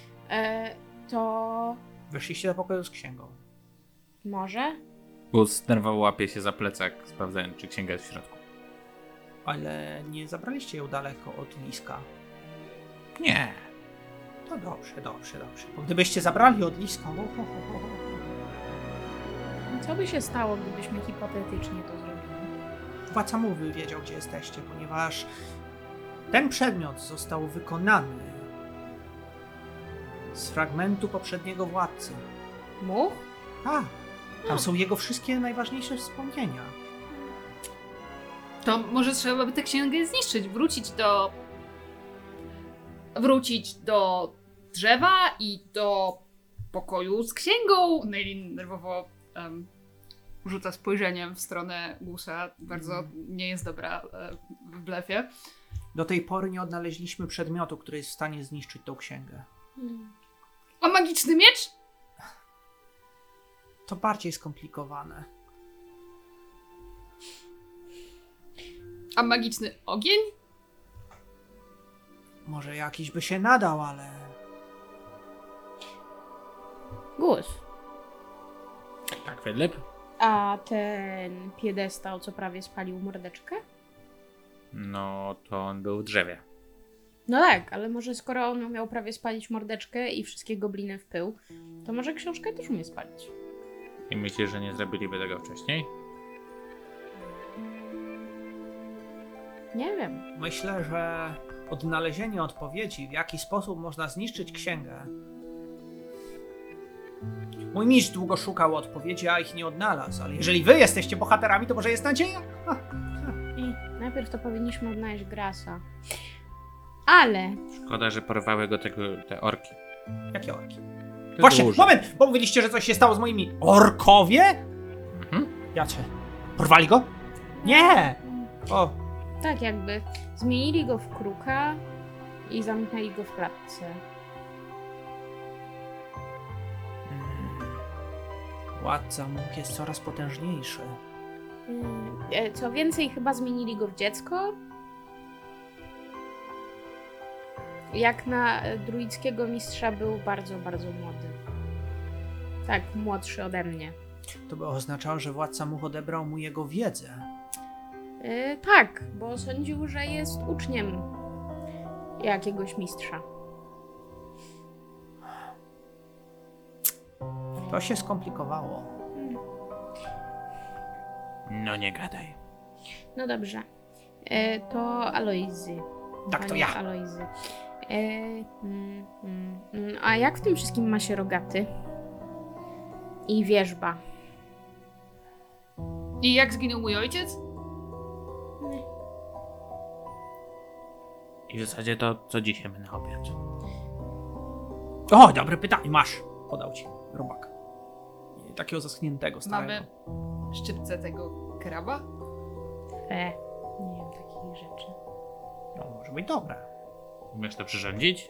To Weszliście do pokoju z księgą. może? Gus nerwowo łapie się za plecak, sprawdzając, czy księga jest w środku. Ale nie zabraliście ją daleko od Liska. Nie. To dobrze. Bo gdybyście zabrali od Liska... Co by się stało, gdybyśmy hipotetycznie to zrobili? Władca mu wiedział, gdzie jesteście, ponieważ ten przedmiot został wykonany z fragmentu poprzedniego władcy. Much? Tak, tam są jego wszystkie najważniejsze wspomnienia. To może trzeba by tę księgę zniszczyć, wrócić do drzewa i do pokoju z księgą. Neilin nerwowo rzuca spojrzeniem w stronę Gusa. Bardzo nie jest dobra w blefie. Do tej pory nie odnaleźliśmy przedmiotu, który jest w stanie zniszczyć tą księgę. A magiczny miecz? To bardziej skomplikowane. A magiczny ogień? Może jakiś by się nadał, ale... Gus. Tak, Filip? A ten piedestał, co prawie spalił mordeczkę? No, to on był w drzewie. No tak, ale może skoro on miał prawie spalić mordeczkę i wszystkie gobliny w pył, to może książkę też umie spalić. I myślisz, że nie zrobiliby tego wcześniej? Nie wiem. Myślę, że odnalezienie odpowiedzi, w jaki sposób można zniszczyć księgę. Mój mistrz długo szukał odpowiedzi, a ich nie odnalazł, ale jeżeli wy jesteście bohaterami, to może jest nadzieja? I najpierw to powinniśmy odnaleźć Grasa. Ale... Szkoda, że porwały go te orki. Jakie orki? Te Właśnie, duże. moment, bo mówiliście, że coś się stało z moimi orkowie? Mhm. Jacie? Porwali go? Nie! O, Tak jakby zmienili go w kruka i zamknęli go w klatce. władca much jest coraz potężniejszy. Co więcej, chyba zmienili go w dziecko. Jak na druickiego mistrza był bardzo, bardzo młody. Tak, młodszy ode mnie. To by oznaczało, że władca much odebrał mu jego wiedzę. Tak, bo sądził, że jest uczniem jakiegoś mistrza. To się skomplikowało. No nie gadaj. No dobrze. To Alojzy. Tak, to Panie ja. Alojzy. A jak w tym wszystkim ma się Rogaty? I Wierzba. I jak zginął mój ojciec? I w zasadzie to co dzisiaj my na obiad? O, dobre pytanie, masz. Podał ci robak. Takiego zaschniętego, starego. Mamy szczypce tego kraba? Nie wiem takich rzeczy. No, może być dobre. Umiesz to przyrządzić?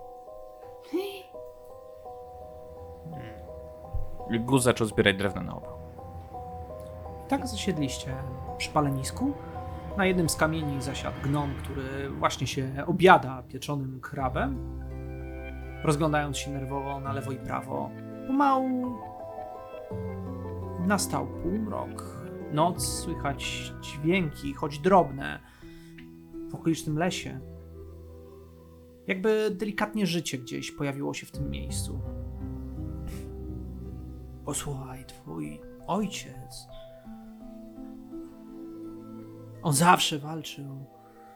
Gus zaczął zbierać drewno na opał. Tak zasiedliście przy palenisku. Na jednym z kamieni zasiadł gnom, który właśnie się obiada pieczonym krabem. Rozglądając się nerwowo na lewo i prawo. Pomału nastał półmrok. Noc, słychać dźwięki, choć drobne, w okolicznym lesie. Jakby delikatnie życie gdzieś pojawiło się w tym miejscu. Posłuchaj, twój ojciec. On zawsze walczył.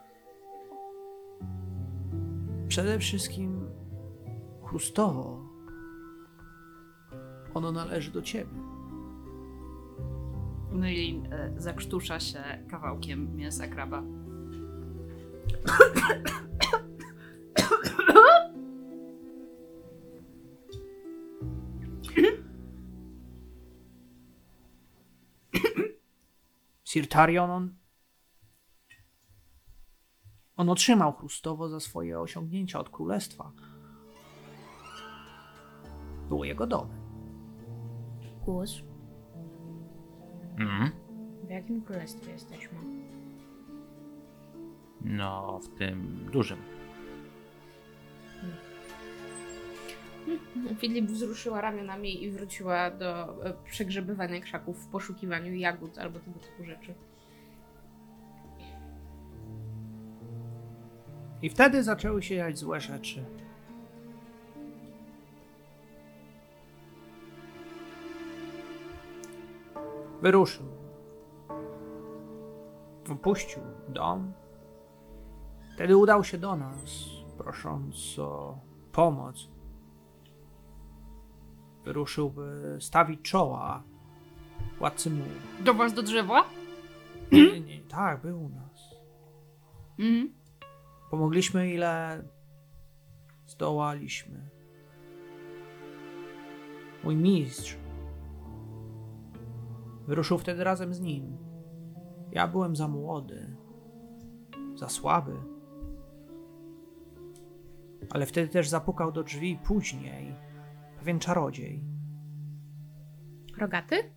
Przede wszystkim chrustowo. Ono należy do ciebie. Neilin zakrztusza się kawałkiem mięsa kraba. Sir Tarion, on otrzymał chrustowo za swoje osiągnięcia od królestwa. Było jego domem. Gus, Mhm. w jakim królestwie jesteśmy? No, w tym dużym. Filip wzruszyła ramionami i wróciła do przegrzebywania krzaków w poszukiwaniu jagód albo tego typu rzeczy. I wtedy zaczęły się dziać złe rzeczy. Wyruszył. Opuścił dom. Wtedy udał się do nas, prosząc o pomoc. wyruszył, by stawić czoła władcy mu. Do was do drzewa? Nie, tak, był u nas. Mhm. Pomogliśmy ile zdołaliśmy. Mój mistrz wyruszył wtedy razem z nim. Ja byłem za młody, za słaby. Ale wtedy też zapukał do drzwi później pewien czarodziej. Rogaty?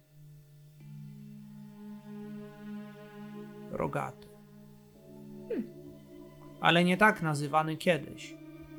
Rogaty. Ale nie tak nazywany kiedyś.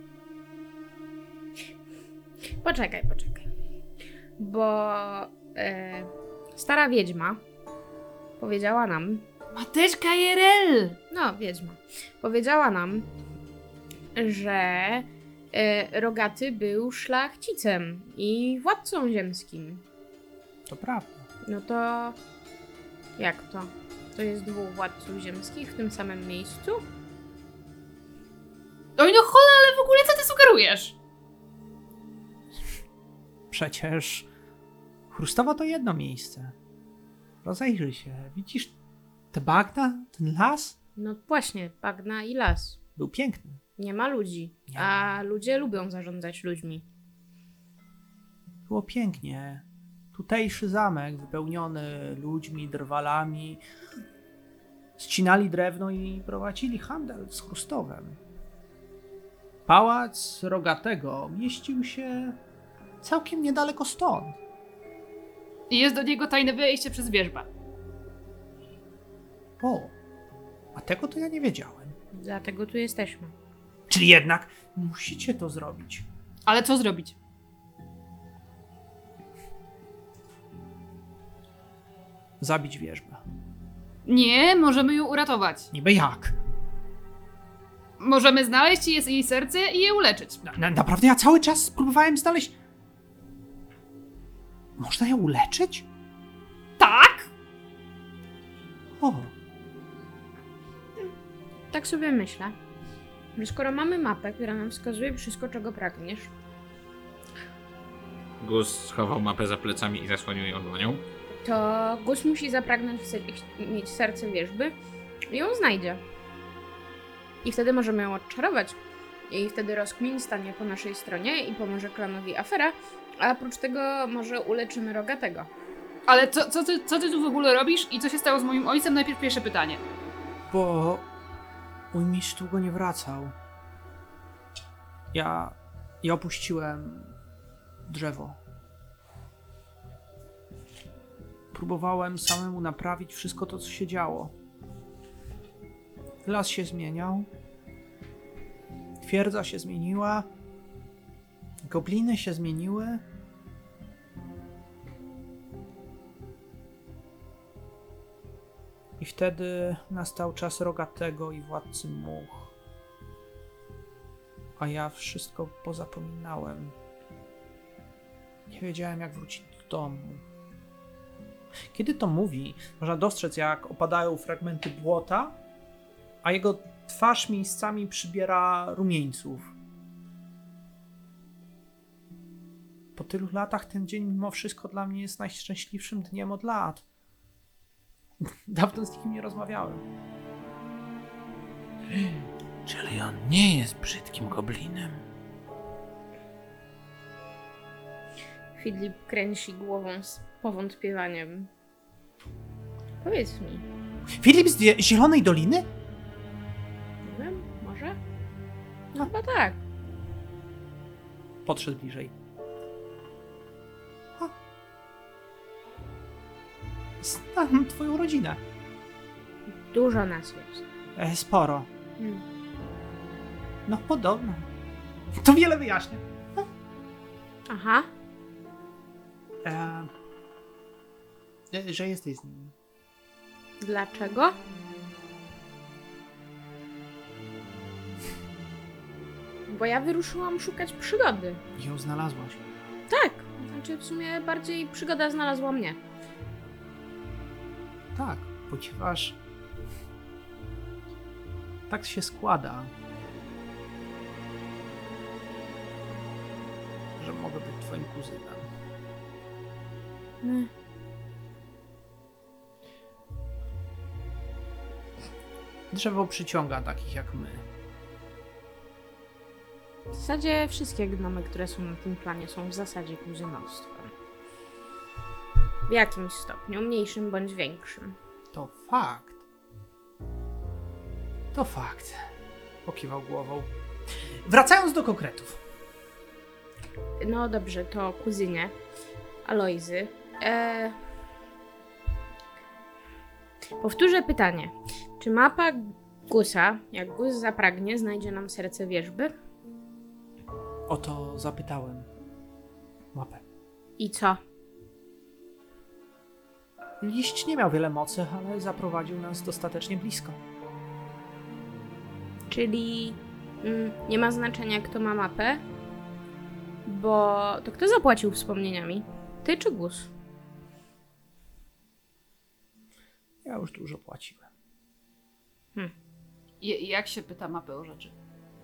Poczekaj. Bo stara wiedźma powiedziała nam, Mateczka IRL! no wiedźma, powiedziała nam, że Rogaty był szlachcicem i władcą ziemskim. To prawda. No to jak to? To jest dwóch władców ziemskich w tym samym miejscu? Oj no hola, ale w ogóle co ty sugerujesz? Przecież Chrustowa to jedno miejsce. Rozejrzyj się. Widzisz te bagna, ten las? No właśnie, bagna i las. Był piękny. Nie ma ludzi, Nie. a ludzie lubią zarządzać ludźmi. Było pięknie. Tutejszy zamek wypełniony ludźmi, drwalami. Ścinali drewno i prowadzili handel z Chrustowem. Pałac Rogatego mieścił się całkiem niedaleko stąd. I jest do niego tajne wejście przez wierzbę. O, a tego to ja nie wiedziałem. Dlatego tu jesteśmy. Czyli jednak musicie to zrobić. Ale co zrobić? Zabić wierzbę. Nie, możemy ją uratować. Niby jak? Możemy znaleźć jej serce i je uleczyć. Naprawdę ja cały czas próbowałem znaleźć... Można ją uleczyć? Tak? O, Tak sobie myślę, że skoro mamy mapę, która nam wskazuje wszystko, czego pragniesz, Gus schował mapę za plecami i zasłonił ją dłonią. to Gus musi zapragnąć mieć serce wierzby i ją znajdzie. I wtedy możemy ją odczarować. I wtedy rozkmin stanie po naszej stronie i pomoże klanowi Afera, a oprócz tego może uleczymy Rogatego. Ale co ty tu w ogóle robisz i co się stało z moim ojcem? Najpierw pierwsze pytanie. bo mój mistrz długo nie wracał. Ja opuściłem drzewo. Próbowałem samemu naprawić wszystko to, co się działo. Las się zmieniał. Twierdza się zmieniła. Gobliny się zmieniły. I wtedy nastał czas Rogatego i władcy much. A ja wszystko pozapominałem. Nie wiedziałem, jak wrócić do domu. Kiedy to mówi, można dostrzec, jak opadają fragmenty błota, a jego twarz miejscami przybiera rumieńców. Po tylu latach ten dzień mimo wszystko dla mnie jest najszczęśliwszym dniem od lat. Dawno z nikim nie rozmawiałem. Czyli on nie jest brzydkim goblinem. Filip kręci głową z powątpiewaniem. Powiedz mi, Filip z Zielonej Doliny? nie wiem, może? No chyba tak. Podszedł bliżej. A. Znam twoją rodzinę. Dużo nas jest. Sporo. Hmm. No podobno. To wiele wyjaśnia. Aha. Że jesteś z nim. Dlaczego? Bo ja wyruszyłam szukać przygody. I ją znalazłaś. Tak. Znaczy w sumie bardziej przygoda znalazła mnie. Tak, ponieważ tak się składa, że mogę być twoim kuzynem. Drzewo przyciąga takich jak my. W zasadzie wszystkie gnomy, które są na tym planie, są w zasadzie kuzynostwem. W jakimś stopniu, mniejszym bądź większym. To fakt. To fakt. Pokiwał głową. Wracając do konkretów. No dobrze, to kuzynie Alojzy. Powtórzę pytanie. Czy mapa Gusa, jak Gus zapragnie, znajdzie nam serce wierzby? O to zapytałem mapę. I co? Liść nie miał wiele mocy, ale zaprowadził nas dostatecznie blisko. Czyli nie ma znaczenia, kto ma mapę? Bo to kto zapłacił wspomnieniami? Ty czy Gus? Ja już dużo płaciłem. Jak się pyta mapę o rzeczy?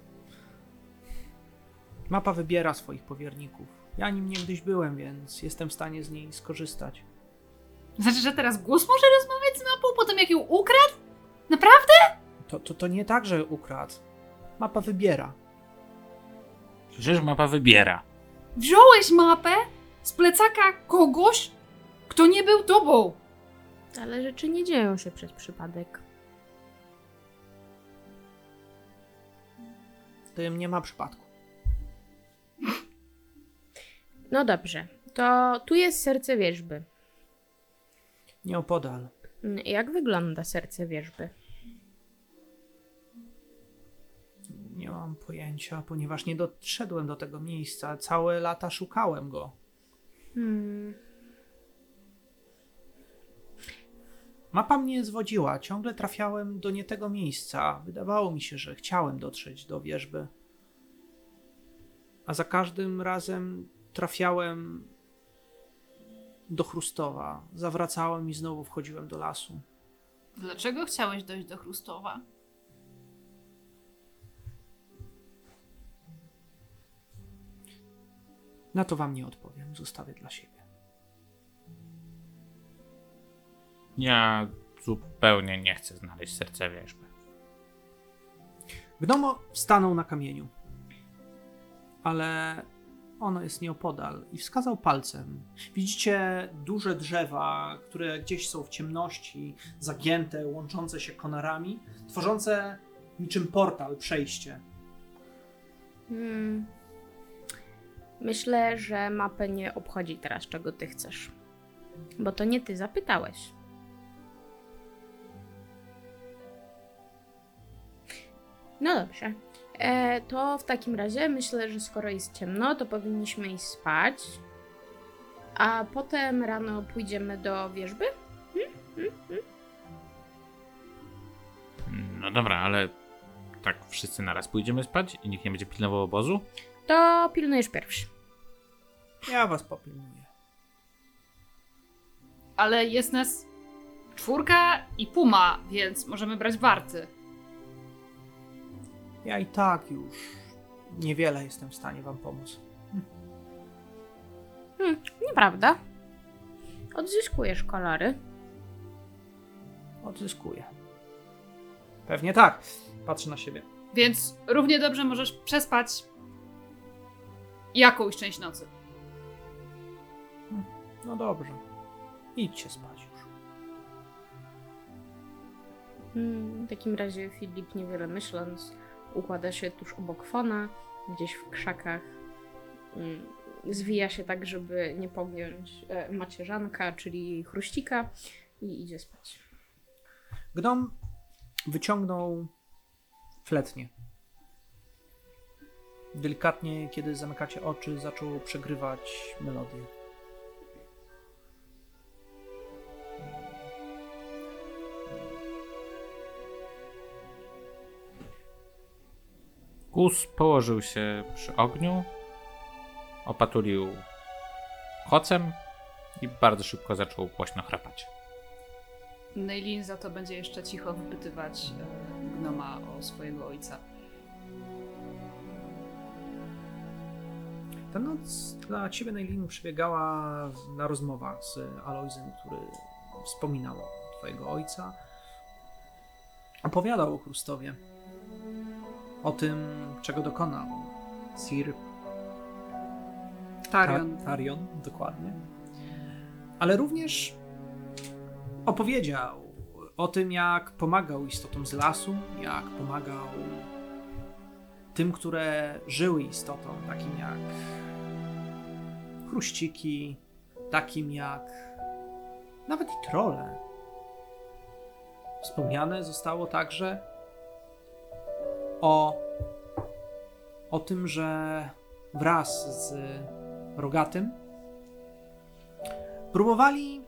Mapa wybiera swoich powierników. Ja nim niegdyś byłem, więc jestem w stanie z niej skorzystać. Znaczy, że teraz Gus może rozmawiać z mapą po tym, jak ją ukradł? Naprawdę? To nie tak, że ukradł. Mapa wybiera. Przecież mapa wybiera. Wziąłeś mapę z plecaka kogoś, kto nie był tobą. Ale rzeczy nie dzieją się przez przypadek. W tym nie ma przypadku. No dobrze, to tu jest serce wierzby. Nieopodal. Jak wygląda serce wierzby? Nie mam pojęcia, ponieważ nie doszedłem do tego miejsca. Całe lata szukałem go. Mapa mnie zwodziła. Ciągle trafiałem do nie tego miejsca. Wydawało mi się, że chciałem dotrzeć do wierzby. A za każdym razem trafiałem do Chrustowa. Zawracałem i znowu wchodziłem do lasu. Dlaczego chciałeś dojść do Chrustowa? Na to wam nie odpowiem. Zostawię dla siebie. Ja zupełnie nie chcę znaleźć serca wierzby. Gnomo stanął na kamieniu, ale ono jest nieopodal i wskazał palcem. Widzicie duże drzewa, które gdzieś są w ciemności, zagięte, łączące się konarami, tworzące niczym portal przejście. Myślę, że mapę nie obchodzi teraz, czego ty chcesz. Bo to nie ty zapytałeś. No dobrze. To w takim razie myślę, że skoro jest ciemno, to powinniśmy iść spać. A potem rano pójdziemy do wierzby? No dobra, ale tak wszyscy naraz pójdziemy spać i nikt nie będzie pilnował obozu? To pilnujesz pierwszy. Ja was popilnuję. Ale jest nas 4 i Puma, więc możemy brać warty. Ja i tak już niewiele jestem w stanie wam pomóc. Nieprawda. Odzyskujesz kolory. Odzyskuję. Pewnie tak. Patrzę na siebie. Więc równie dobrze możesz przespać jakąś część nocy. No dobrze. Idźcie spać już. W takim razie Filip, niewiele myśląc, układa się tuż obok Fona, gdzieś w krzakach. Zwija się tak, żeby nie pogiąć macierzanka, czyli chruścika, i idzie spać. Gnom wyciągnął fletnię. Delikatnie, kiedy zamykacie oczy, zaczął przegrywać melodię. Gus położył się przy ogniu, opatulił kocem i bardzo szybko zaczął głośno chrapać. Neilin za to będzie jeszcze cicho wypytywać gnoma o swojego ojca. Ta noc dla ciebie, Neilin, przebiegała na rozmowach z Alojzem, który wspominał twojego ojca. Opowiadał o Chrustowie. O tym, czego dokonał Sir Tarion, dokładnie. Ale również opowiedział o tym, jak pomagał istotom z lasu, jak pomagał tym, które żyły istotą, takim jak chruściki, takim jak nawet i trolle. Wspomniane zostało także o tym, że wraz z Rogatym próbowali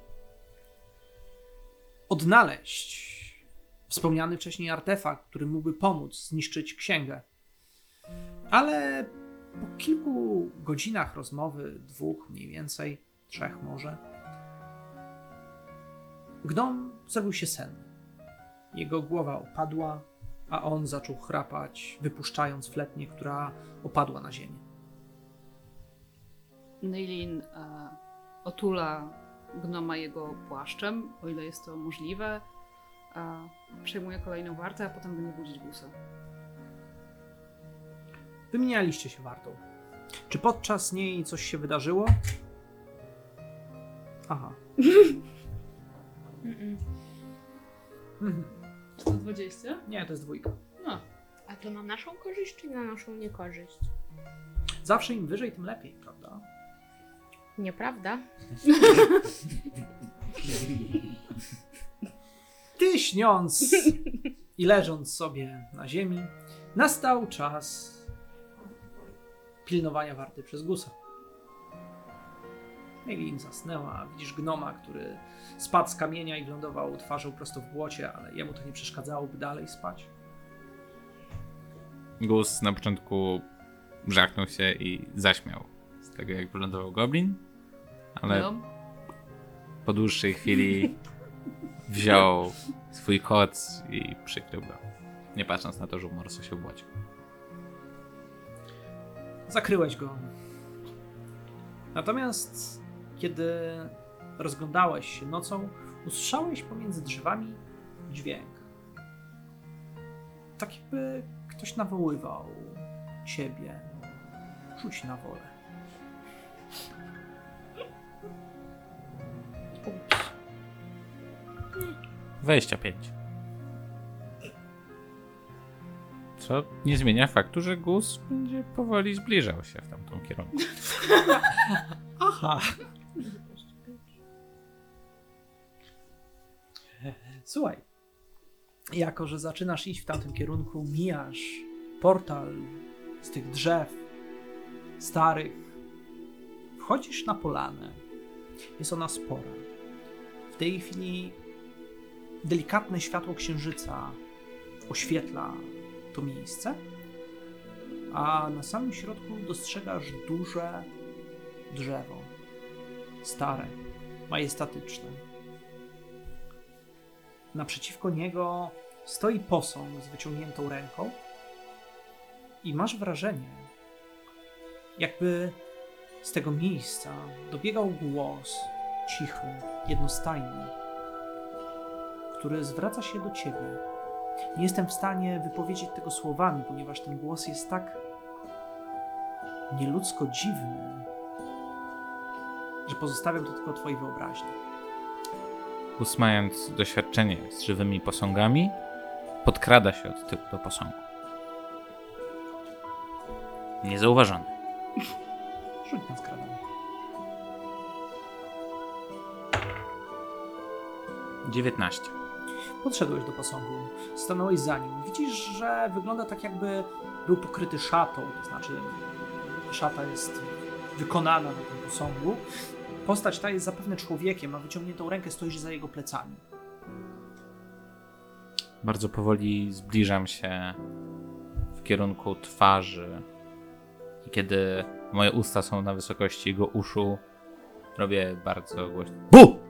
odnaleźć wspomniany wcześniej artefakt, który mógłby pomóc zniszczyć księgę. Ale po kilku godzinach rozmowy, 2 mniej więcej, 3 może, gnom zrobił się senny. Jego głowa opadła, a on zaczął chrapać, wypuszczając fletnię, która opadła na ziemię. Neilin otula gnoma jego płaszczem, o ile jest to możliwe. Przejmuje kolejną wartę, a potem będzie budzić Gusa. Wymienialiście się wartą. Czy podczas niej coś się wydarzyło? Aha. 120? Nie, to jest 2. No. A to na naszą korzyść, czy na naszą niekorzyść? Zawsze im wyżej, tym lepiej, prawda? Nieprawda? Ty, śniąc i leżąc sobie na ziemi, nastał czas pilnowania warty przez Gusa. Neilin zasnęła. Widzisz gnoma, który spadł z kamienia i lądował twarzą prosto w błocie, ale jemu to nie przeszkadzało, by dalej spać. Gus na początku żachnął się i zaśmiał z tego, jak wylądował goblin, ale No. po dłuższej chwili wziął swój koc i przykrył go, nie patrząc na to, że umorso się w błocie. Zakryłeś go. Natomiast kiedy rozglądałeś się nocą, usłyszałeś pomiędzy drzewami dźwięk. Tak jakby ktoś nawoływał ciebie. Rzuć na wolę. Ups. 25. Co nie zmienia faktu, że Gus będzie powoli zbliżał się w tamtym kierunku. Aha. Słuchaj, jako że zaczynasz iść w tamtym kierunku, mijasz portal z tych drzew starych, wchodzisz na polanę. Jest ona spora. W tej chwili delikatne światło księżyca oświetla to miejsce, a na samym środku dostrzegasz duże drzewo. Stare, majestatyczne. Naprzeciwko niego stoi posąg z wyciągniętą ręką i masz wrażenie, jakby z tego miejsca dobiegał głos cichy, jednostajny, który zwraca się do ciebie. Nie jestem w stanie wypowiedzieć tego słowami, ponieważ ten głos jest tak nieludzko dziwny, że pozostawiam to tylko twojej wyobraźni. Gus, mając doświadczenie z żywymi posągami, podkrada się od tyłu do posągu. Niezauważony. Rzuć na skradanie. 19. Podszedłeś do posągu, stanąłeś za nim. Widzisz, że wygląda tak, jakby był pokryty szatą, to znaczy szata jest wykonana na tym posągu. Postać ta jest zapewne człowiekiem, ma wyciągniętą rękę, stoisz za jego plecami. Bardzo powoli zbliżam się w kierunku twarzy i kiedy moje usta są na wysokości jego uszu, robię bardzo głośno BU!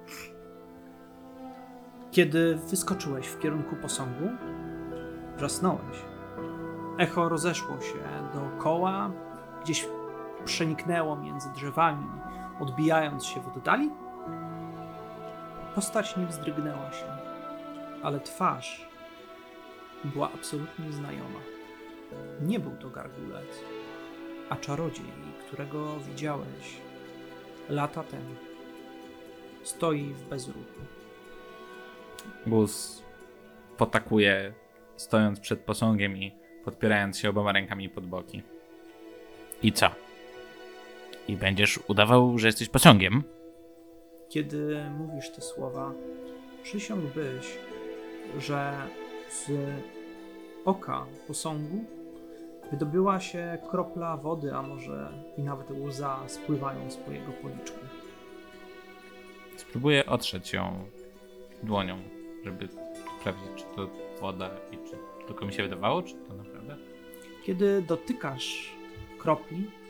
Kiedy wyskoczyłeś w kierunku posągu, wrzasnąłeś. Echo rozeszło się dookoła, gdzieś przeniknęło między drzewami, odbijając się w oddali, postać nie wzdrygnęła się, ale twarz była absolutnie znajoma. Nie był to gargulec, a czarodziej, którego widziałeś lata temu. Stoi w bezruchu. Gus potakuje, stojąc przed posągiem i podpierając się oboma rękami pod boki. I co? I będziesz udawał, że jesteś posągiem? Kiedy mówisz te słowa, przysiągłbyś, że z oka posągu wydobyła się kropla wody, a może i nawet łza spływają z twojego policzku. Spróbuję otrzeć ją dłonią, żeby sprawdzić, czy to woda i czy tylko mi się wydawało, czy to naprawdę? Kiedy dotykasz kropli,